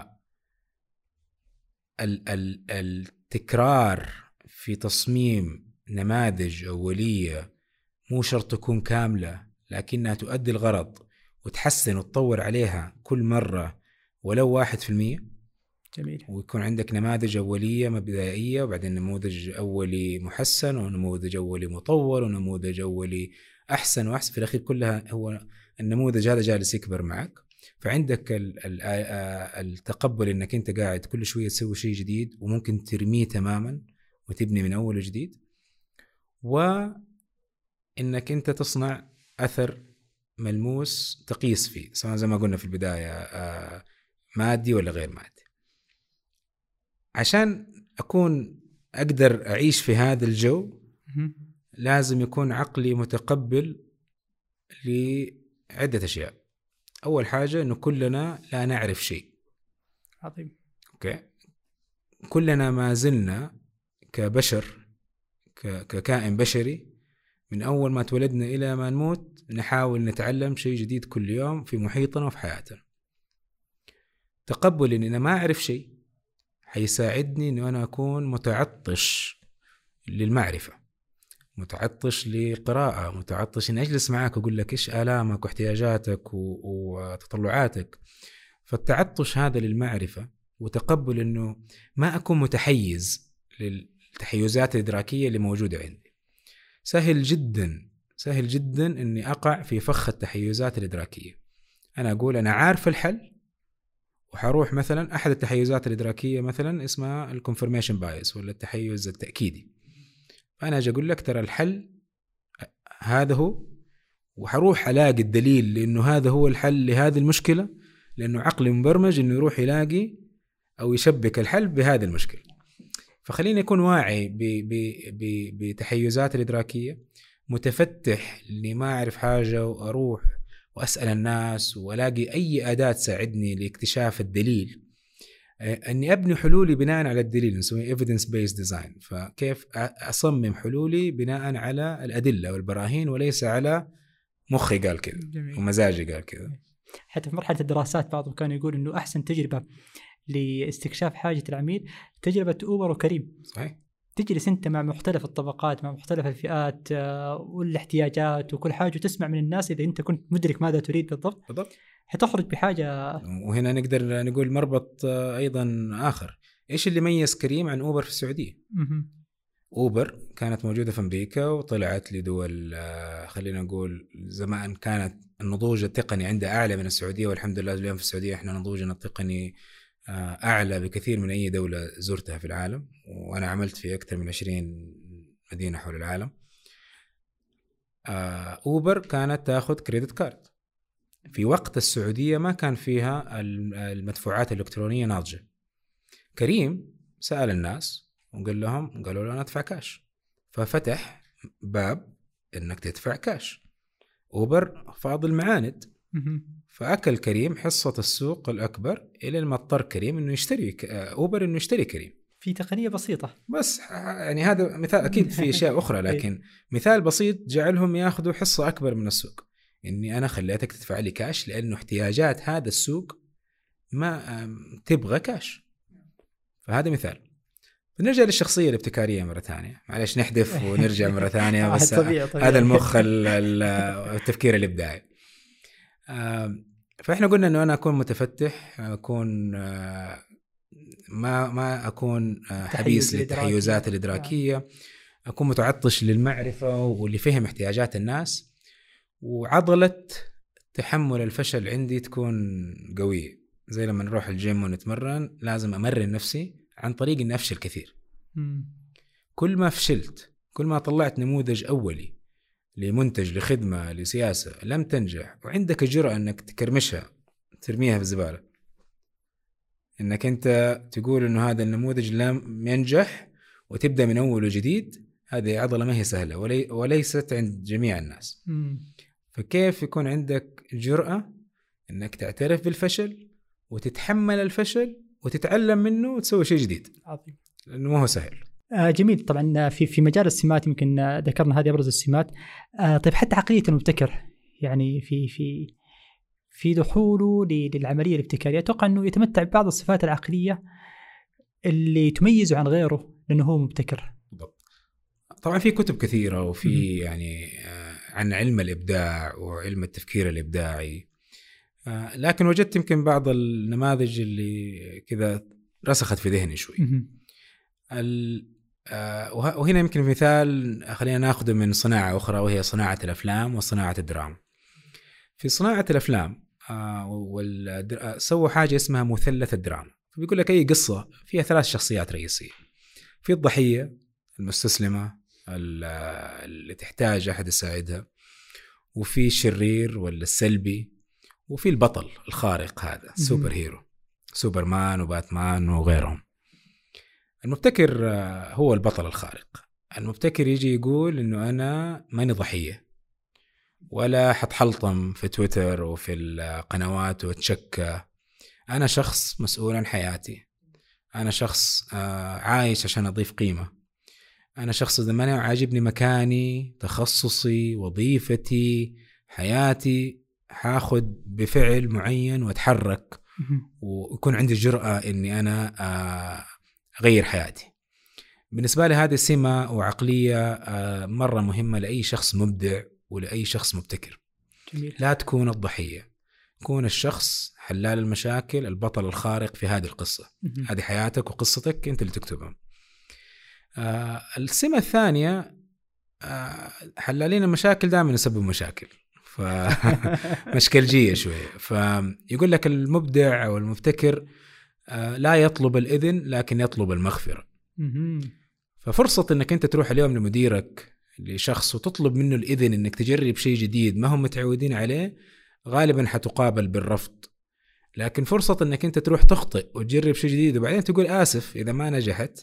التكرار في تصميم نماذج أولية مو شرط تكون كاملة لكنها تؤدي الغرض وتحسن وتطور عليها كل مرة ولو واحد في المية. جميل. ويكون عندك نماذج أولية مبدئية وبعدين نموذج أولي محسن ونموذج أولي مطور ونموذج أولي أحسن وأحسن. في الأخير كلها هو النموذج هذا جالس يكبر معك. فعندك التقبل إنك أنت قاعد كل شوية تسوي شيء جديد وممكن ترميه تماما وتبني من أول وجديد، وإنك أنت تصنع أثر ملموس تقيس فيه سواء زي ما قلنا في البداية مادي ولا غير مادي. عشان أكون أقدر أعيش في هذا الجو لازم يكون عقلي متقبل لعدة أشياء. أول حاجة إنه كلنا لا نعرف شيء. عظيم. أوكي. كلنا ما زلنا كبشر ككائن بشري من أول ما تولدنا إلى ما نموت نحاول نتعلم شيء جديد كل يوم في محيطنا وفي حياتنا. تقبل إن أنا ما أعرف شيء حيساعدني إنه أنا أكون متعطش للمعرفة، متعطش لقراءة، متعطش إن أجلس معك وأقول لك إيش آلامك واحتياجاتك وتطلعاتك. فالتعطش هذا للمعرفة وتقبل إنه ما أكون متحيز للتحيزات الإدراكية اللي موجودة عندي. سهل جدا سهل جدا إني أقع في فخ التحيزات الإدراكية. أنا أقول أنا عارف الحل وحروح مثلا أحد التحيزات الإدراكية مثلا اسمها الكونفرميشن بايس ولا التحيز التأكيدي. فأنا أجي أقول لك ترى الحل هذا هو، وحروح ألاقي الدليل لأنه هذا هو الحل لهذه المشكلة، لأنه عقلي مبرمج إنه يروح يلاقي أو يشبك الحل بهذه المشكلة. فخليني أكون واعي بتحيزات الإدراكية، متفتح لما أعرف حاجة وأروح وأسأل الناس وألاقي أي أداة تساعدني لاكتشاف الدليل، أني أبني حلولي بناء على الدليل، نسميه evidence based design. فكيف أصمم حلولي بناء على الأدلة والبراهين وليس على مخي قال كذا ومزاجي قال كذا. حتى في مرحلة الدراسات بعضهم كانوا يقول إنه أحسن تجربة لاستكشاف حاجة العميل تجربة أوبر وكريم. صحيح. تجلس أنت مع مختلف الطبقات مع مختلف الفئات والاحتياجات وكل حاجة وتسمع من الناس. إذا أنت كنت مدرك ماذا تريد بالضبط بالضبط حتخرج بحاجة. وهنا نقدر نقول مربط أيضا آخر. إيش اللي ميز كريم عن أوبر في السعودية؟ م-م. أوبر كانت موجودة في أمريكا وطلعت لدول خلينا نقول زمان كانت النضوج التقني عندها أعلى من السعودية، والحمد لله اليوم في السعودية إحنا نضوجنا التقني أعلى بكثير من أي دولة زرتها في العالم، وأنا عملت في أكثر من عشرين مدينة حول العالم. أوبر كانت تأخذ كريدت كارد. في وقت السعودية ما كان فيها المدفوعات الإلكترونية ناضجة. كريم سأل الناس وقال لهم، قالوا له أنا أدفع كاش، ففتح باب إنك تدفع كاش. أوبر فاضل معاند، فأكل كريم حصة السوق الأكبر إلى ما اضطر كريم إنه يشتري أوبر إنه يشتري كريم. في تقنية بسيطة بس يعني هذا مثال، أكيد في أشياء أخرى لكن مثال بسيط جعلهم يأخذوا حصة أكبر من السوق. إني أنا خليتك تدفع لي كاش لأنه احتياجات هذا السوق ما تبغى كاش. فهذا مثال. نرجع للشخصية الابتكارية مرة ثانية، معلش نحذف ونرجع مرة ثانية بس طبيعي طبيعي. هذا المخ التفكير الإبداعي. فإحنا قلنا إنه أنا أكون متفتح، أكون ما ما أكون حبيس للتحيزات الإدراكية، أكون متعطش للمعرفة واللي فهم احتياجات الناس، وعضلة تحمل الفشل عندي تكون قوية. زي لما نروح الجيم ونتمرن لازم أمرن نفسي عن طريق إني أفشل كثير. مم. كل ما فشلت، كل ما طلعت نموذج أولي لمنتج لخدمة لسياسة لم تنجح وعندك الجرأة أنك تكرمشها ترميها في الزبالة، أنك أنت تقول أنه هذا النموذج لم ينجح وتبدأ من أول وجديد، هذه عضلة ما هي سهلة ولي وليست عند جميع الناس. مم. فكيف يكون عندك جرأة أنك تعترف بالفشل وتتحمل الفشل وتتعلم منه وتسوي شيء جديد؟ عظيم. لأنه ما هو سهل. آه جميل. طبعا في في مجال السمات يمكن آه ذكرنا هذه أبرز السمات. آه طيب حتى عقلية المبتكر يعني في في في دخوله للعملية الابتكارية أتوقع أنه يتمتع ببعض الصفات العقلية اللي تميزه عن غيره لأنه هو مبتكر. طبعا في كتب كثيرة وفي يعني آه عن علم الإبداع وعلم التفكير الإبداعي، آه لكن وجدت يمكن بعض النماذج اللي كذا رسخت في ذهني شوي. آه وهنا يمكن مثال خلينا ناخذه من صناعة أخرى وهي صناعة الأفلام وصناعة الدراما. في صناعة الأفلام آه سووا حاجة اسمها مثلث الدراما. بيقول لك أي قصة فيها ثلاث شخصيات رئيسية، في الضحية المستسلمة اللي تحتاج أحد يساعدها، وفي الشرير ولا السلبي، وفي البطل الخارق هذا السوبر هيرو، سوبرمان وباتمان وغيرهم. المبتكر هو البطل الخارق. المبتكر يجي يقول إنه أنا ماني ضحية ولا حتحلطم في تويتر وفي القنوات وتشكى، أنا شخص مسؤول عن حياتي، أنا شخص عايش عشان أضيف قيمة، أنا شخص إذا ما عاجبني مكاني تخصصي وظيفتي حياتي حاخد بفعل معين واتحرك ويكون عندي جرأة إني أنا أغير حياتي. بالنسبة لي هذه سمة وعقلية مرة مهمة لأي شخص مبدع ولأي شخص مبتكر. جميل. لا تكون الضحية، كون الشخص حلال المشاكل، البطل الخارق في هذه القصة. هذه حياتك وقصتك أنت اللي تكتبها. آه السمة الثانية آه حلالين المشاكل دائما يسبب مشاكل، فمشكلجية شوية. فيقول لك المبدع أو المبتكر آه لا يطلب الإذن لكن يطلب المغفرة. ففرصة أنك أنت تروح اليوم لمديرك لشخص وتطلب منه الإذن أنك تجرب شيء جديد ما هم متعودين عليه، غالبا حتقابل بالرفض. لكن فرصة أنك أنت تروح تخطئ وتجرب شيء جديد وبعدين تقول آسف إذا ما نجحت،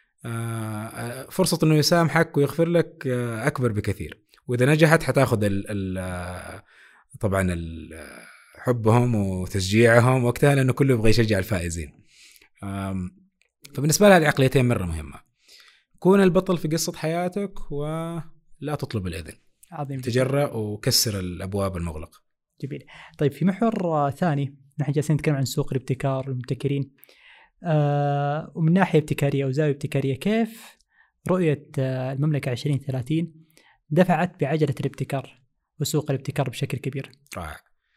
فرصة أنه يسامحك ويغفر لك أكبر بكثير. وإذا نجحت حتاخد ال ال طبعا ال حبهم وتشجيعهم وقتها، لأنه كله يبغى يشجع الفائزين. فبالنسبة لها العقليتين مرة مهمة، كون البطل في قصة حياتك ولا تطلب الإذن. عظيم. تجرأ وكسر الأبواب المغلقة. جميل. طيب في محور ثاني، نحن جالسين نتكلم عن سوق الابتكار والمبتكرين، آه ومن ناحية ابتكارية وزاوية ابتكارية، كيف رؤية آه المملكة عشرين ثلاثين دفعت بعجلة الابتكار وسوق الابتكار بشكل كبير؟ رائع.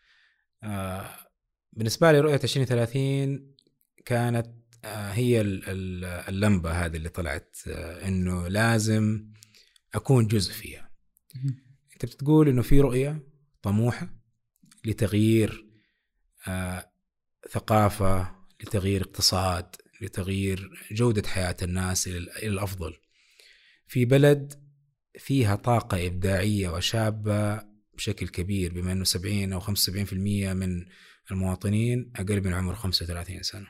آه بالنسبة لي رؤية عشرين ثلاثين كانت آه هي اللمبة هذه اللي طلعت، آه إنه لازم أكون جزء فيها. أنت بتقول إنه في رؤية طموحة لتغيير آه ثقافة، لتغيير اقتصاد، لتغيير جودة حياة الناس إلى الأفضل في بلد فيها طاقة إبداعية وشابة بشكل كبير، بما أنه سبعين أو خمسة وسبعين بالمئة من المواطنين أقل من عمر خمسة وثلاثين سنة.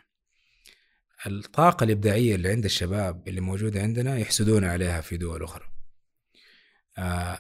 الطاقة الإبداعية اللي عند الشباب اللي موجودة عندنا يحسدون عليها في دول أخرى. آه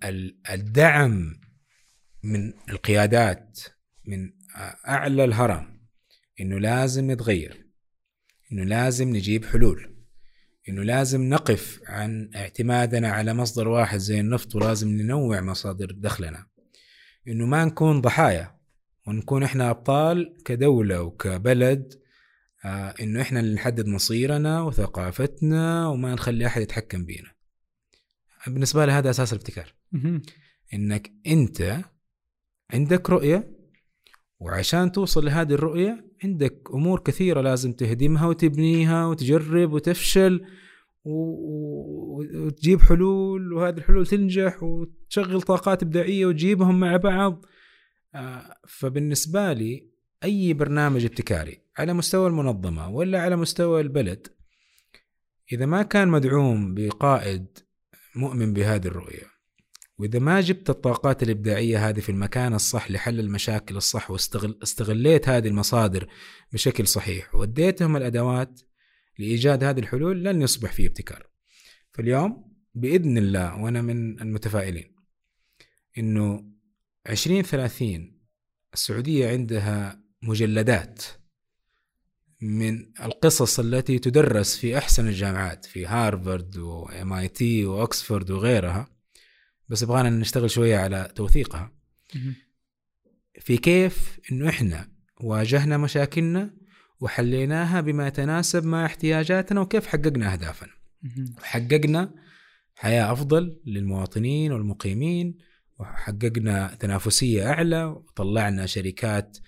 الدعم من القيادات من أعلى الهرم إنه لازم نتغير، إنه لازم نجيب حلول، إنه لازم نقف عن اعتمادنا على مصدر واحد زي النفط ولازم ننوع مصادر دخلنا، إنه ما نكون ضحايا ونكون إحنا أبطال كدولة وكبلد آه إنه إحنا اللي نحدد مصيرنا وثقافتنا وما نخلي أحد يتحكم بينا. بالنسبة لي هذا أساس الابتكار. إنك أنت عندك رؤية، وعشان توصل لهذه الرؤية عندك أمور كثيرة لازم تهدمها وتبنيها وتجرب وتفشل وتجيب حلول، وهذه الحلول تنجح وتشغل طاقات إبداعية وتجيبهم مع بعض. فبالنسبة لي أي برنامج ابتكاري على مستوى المنظمة ولا على مستوى البلد، إذا ما كان مدعوم بقائد مؤمن بهذه الرؤية، وإذا ما جبت الطاقات الإبداعية هذه في المكان الصح لحل المشاكل الصح، واستغليت هذه المصادر بشكل صحيح واديتهم الأدوات لإيجاد هذه الحلول، لن يصبح فيه ابتكار. فاليوم بإذن الله، وأنا من المتفائلين، إنه عشرين ثلاثين السعودية عندها مجلدات من القصص التي تدرس في أحسن الجامعات في هارفارد وإم آي تي وأكسفورد وغيرها، بس يبغانا نشتغل شوية على توثيقها، في كيف إنه إحنا واجهنا مشاكلنا وحليناها بما يتناسب مع احتياجاتنا، وكيف حققنا أهدافنا وحققنا حياة أفضل للمواطنين والمقيمين، وحققنا تنافسية أعلى، وطلعنا شركات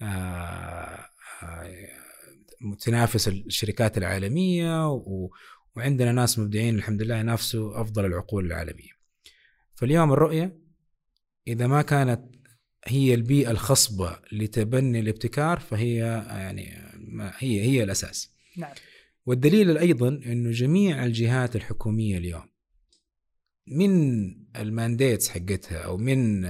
تنافس الشركات العالمية، وعندنا ناس مبدعين الحمد لله ينافسوا أفضل العقول العالمية. فاليوم الرؤية إذا ما كانت هي البيئة الخصبة لتبني الابتكار، فهي يعني ما هي هي الأساس. نعم. والدليل أيضا أنه جميع الجهات الحكومية اليوم من المانديتس حقتها أو من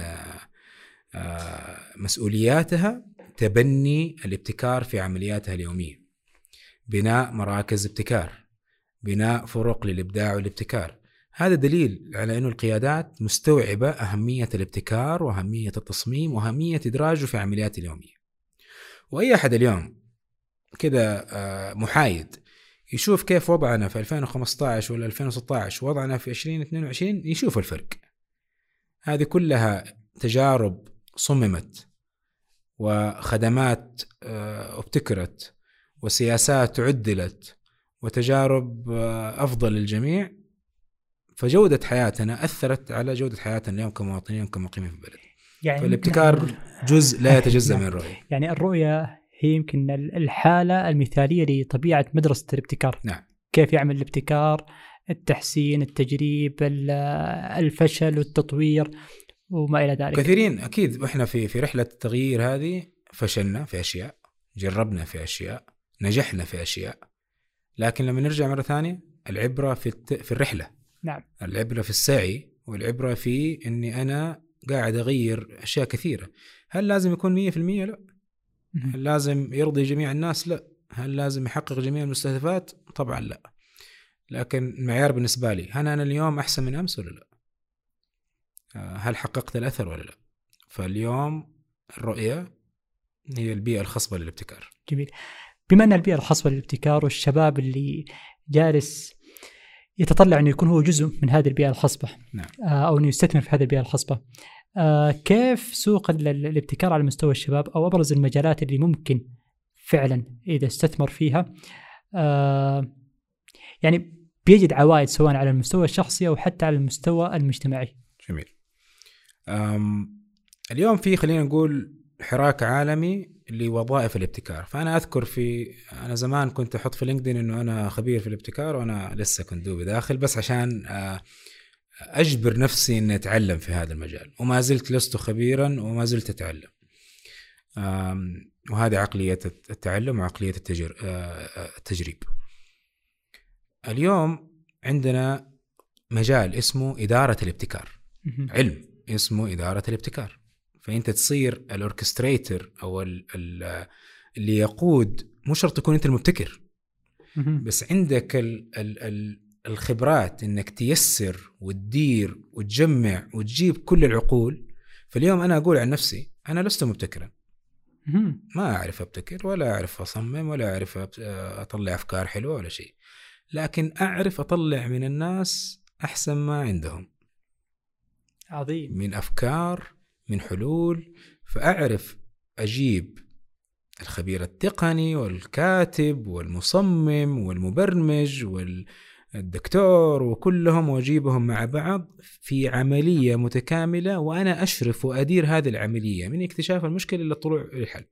مسؤولياتها تبني الابتكار في عملياتها اليومية، بناء مراكز ابتكار، بناء فرق للإبداع والابتكار. هذا دليل على أن القيادات مستوعبة أهمية الابتكار وأهمية التصميم وأهمية إدراجه في عمليات اليومية. وأي أحد اليوم كده محايد يشوف كيف وضعنا في ألفين وخمسة عشر ولا ألفين وستة عشر وضعنا في عشرين اثنين وعشرين يشوف الفرق. هذه كلها تجارب صممت وخدمات ابتكرت وسياسات عدلت وتجارب أفضل للجميع، فجودة حياتنا أثرت على جودة حياتنا اليوم كمواطنين وكمقيمين في البلد. يعني فالابتكار جزء لا يتجزأ من الرؤية. يعني الرؤية هي يمكن الحالة المثالية لطبيعة مدرسة الابتكار. نعم. كيف يعمل الابتكار، التحسين، التجريب، الفشل والتطوير وما إلى ذلك. كثيرين أكيد وإحنا في في رحلة التغيير هذه فشلنا في أشياء، جربنا في أشياء، نجحنا في أشياء، لكن لما نرجع مرة ثانية العبرة في الت... في الرحلة. نعم. العبرة في السعي، والعبرة في إني أنا قاعد أغير أشياء كثيرة. هل لازم يكون مية في المية؟ لا. هل لازم يرضي جميع الناس؟ لا. هل لازم يحقق جميع المستهدفات؟ طبعا لا. لكن المعيار بالنسبة لي، هل أنا اليوم أحسن من أمس ولا لا؟ هل حققت الأثر ولا لا؟ فاليوم الرؤية هي البيئة الخصبة للابتكار. جميل. بما أن البيئة الخصبة للابتكار والشباب اللي جالس يتطلع أنه يكون هو جزء من هذه البيئة الخصبة، نعم. أو أنه يستثمر في هذه البيئة الخصبة، كيف سوق الابتكار على مستوى الشباب، أو أبرز المجالات اللي ممكن فعلا إذا استثمر فيها يعني بيجد عوائد سواء على المستوى الشخصي أو حتى على المستوى المجتمعي؟ جميل. اليوم في خلينا نقول حراك عالمي لوظائف الابتكار. فأنا أذكر في أنا زمان كنت أحط في لينكدين إنه أنا خبير في الابتكار، وأنا لسه كنت دوبي داخل، بس عشان أجبر نفسي إني أتعلم في هذا المجال، وما زلت لست خبيرا وما زلت أتعلم. وهذه عقلية التعلم وعقلية التجر... التجريب. اليوم عندنا مجال اسمه إدارة الابتكار، علم اسمه إدارة الابتكار. فأنت تصير الأوركستريتر أو اللي يقود، مش شرط تكون أنت المبتكر، بس عندك ال ال الخبرات إنك تيسر وتدير وتجمع وتجيب كل العقول. فاليوم أنا أقول عن نفسي أنا لست مبتكرا، ما أعرف أبتكر ولا أعرف أصمم ولا أعرف أطلع أفكار حلوة ولا شيء، لكن أعرف أطلع من الناس أحسن ما عندهم. عظيم. من أفكار، من حلول. فأعرف أجيب الخبير التقني والكاتب والمصمم والمبرمج والدكتور، وكلهم واجيبهم مع بعض في عملية متكاملة، وأنا أشرف وأدير هذه العملية من اكتشاف المشكلة إلى الطلوع للحل.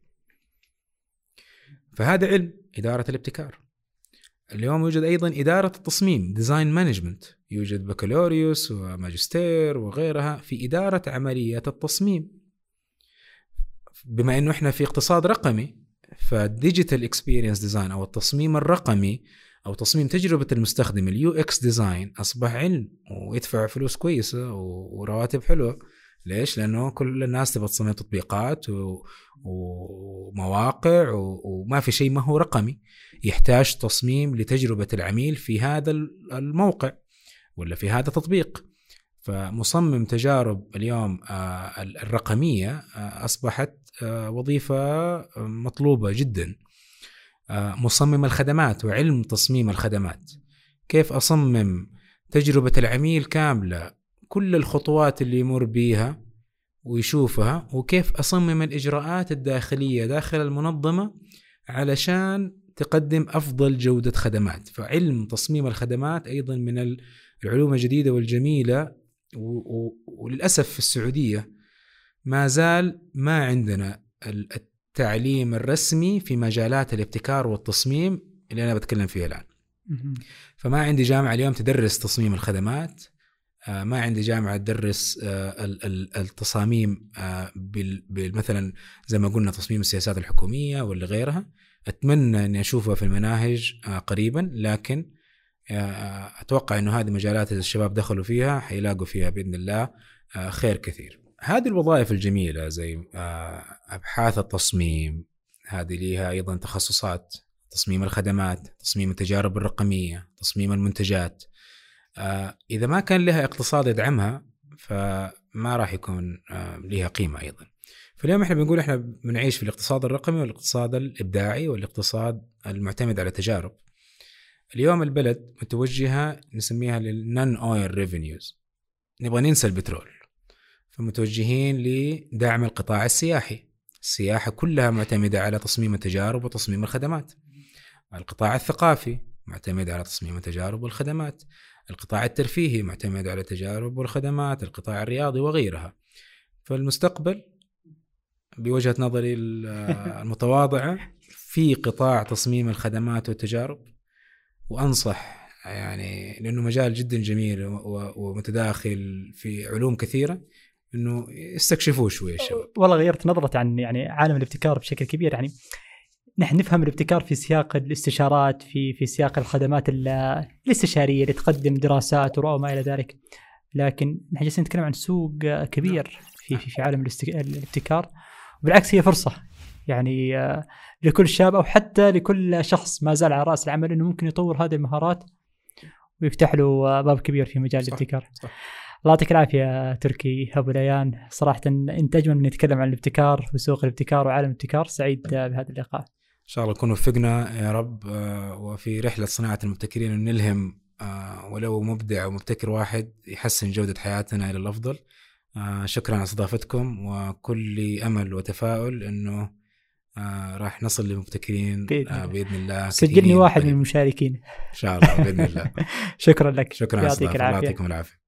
فهذا علم إدارة الابتكار. اليوم يوجد أيضا إدارة التصميم ديزاين مانجمنت، يوجد بكالوريوس وماجستير وغيرها في إدارة عمليات التصميم. بما أنه إحنا في اقتصاد رقمي، فالديجيتال اكسبيرينس ديزاين أو التصميم الرقمي أو تصميم تجربة المستخدم اليو اكس ديزاين أصبح علم ويدفع فلوس كويسة ورواتب حلوة. ليش؟ لأنه كل الناس تبغى تصمم تطبيقات ومواقع وما في شيء ما هو رقمي، يحتاج تصميم لتجربة العميل في هذا الموقع ولا في هذا التطبيق. فمصمم تجارب اليوم الرقمية أصبحت وظيفة مطلوبة جدا. مصمم الخدمات وعلم تصميم الخدمات، كيف أصمم تجربة العميل كاملة، كل الخطوات اللي يمر بيها ويشوفها، وكيف أصمم الإجراءات الداخلية داخل المنظمة علشان تقدم أفضل جودة خدمات. فعلم تصميم الخدمات أيضا من العلوم الجديدة والجميلة، وللأسف في السعودية ما زال ما عندنا التعليم الرسمي في مجالات الابتكار والتصميم اللي أنا بتكلم فيها الآن. فما عندي جامعة اليوم تدرس تصميم الخدمات، ما عندي جامعة تدرس التصاميم مثلا زي ما قلنا تصميم السياسات الحكومية ولا غيرها. أتمنى أن أشوفها في المناهج قريبا، لكن أتوقع أنه هذه مجالات الشباب دخلوا فيها حيلاقوا فيها بإذن الله خير كثير. هذه الوظائف الجميلة زي أبحاث التصميم، هذه ليها أيضا تخصصات، تصميم الخدمات، تصميم التجارب الرقمية، تصميم المنتجات. إذا ما كان لها اقتصاد يدعمها فما راح يكون لها قيمة أيضا. فاليوم إحنا بنقول إحنا بنعيش في الاقتصاد الرقمي والاقتصاد الإبداعي والاقتصاد المعتمد على تجارب. اليوم البلد متوجهة نسميها للنون أويل ريفينيوز، نبغى ننسى البترول، فمتوجهين لدعم القطاع السياحي. السياحة كلها معتمدة على تصميم التجارب وتصميم الخدمات. القطاع الثقافي معتمد على تصميم التجارب والخدمات. القطاع الترفيهي معتمد على التجارب والخدمات. القطاع الرياضي وغيرها. فالمستقبل بوجهة نظري المتواضعة في قطاع تصميم الخدمات والتجارب، وأنصح يعني لأنه مجال جدا جميل ومتداخل في علوم كثيرة إنه يستكشفوه شوية الشباب. والله غيرت نظرة عن يعني عالم الابتكار بشكل كبير. يعني نحن نفهم الابتكار في سياق الاستشارات، في في سياق الخدمات الاستشارية اللي تقدم دراسات ورؤى وما إلى ذلك، لكن نحن جالسين نتكلم عن سوق كبير في في, في عالم الابتكار. وبالعكس هي فرصة يعني لكل شاب أو حتى لكل شخص ما زال على رأس العمل إنه ممكن يطور هذه المهارات ويفتح له باب كبير في مجال صح الابتكار. صح. الله يعطيك العافية تركي أبو ليان، صراحة أنت أجمل من نتكلم عن الابتكار وسوق الابتكار وعالم الابتكار. سعيد بهذا اللقاء. إن شاء الله نكون وفقنا يا رب، وفي رحلة صناعة المبتكرين ونلهم ولو مبدع ومبتكر واحد يحسن جودة حياتنا إلى الأفضل. شكرا على استضافتكم، وكل أمل وتفاؤل أنه راح نصل لمبتكرين بإذن الله. سجلني واحد من المشاركين إن شاء الله بإذن الله. شكرا لك. شكرا على الاستضافة. الله يعطيكم العافية.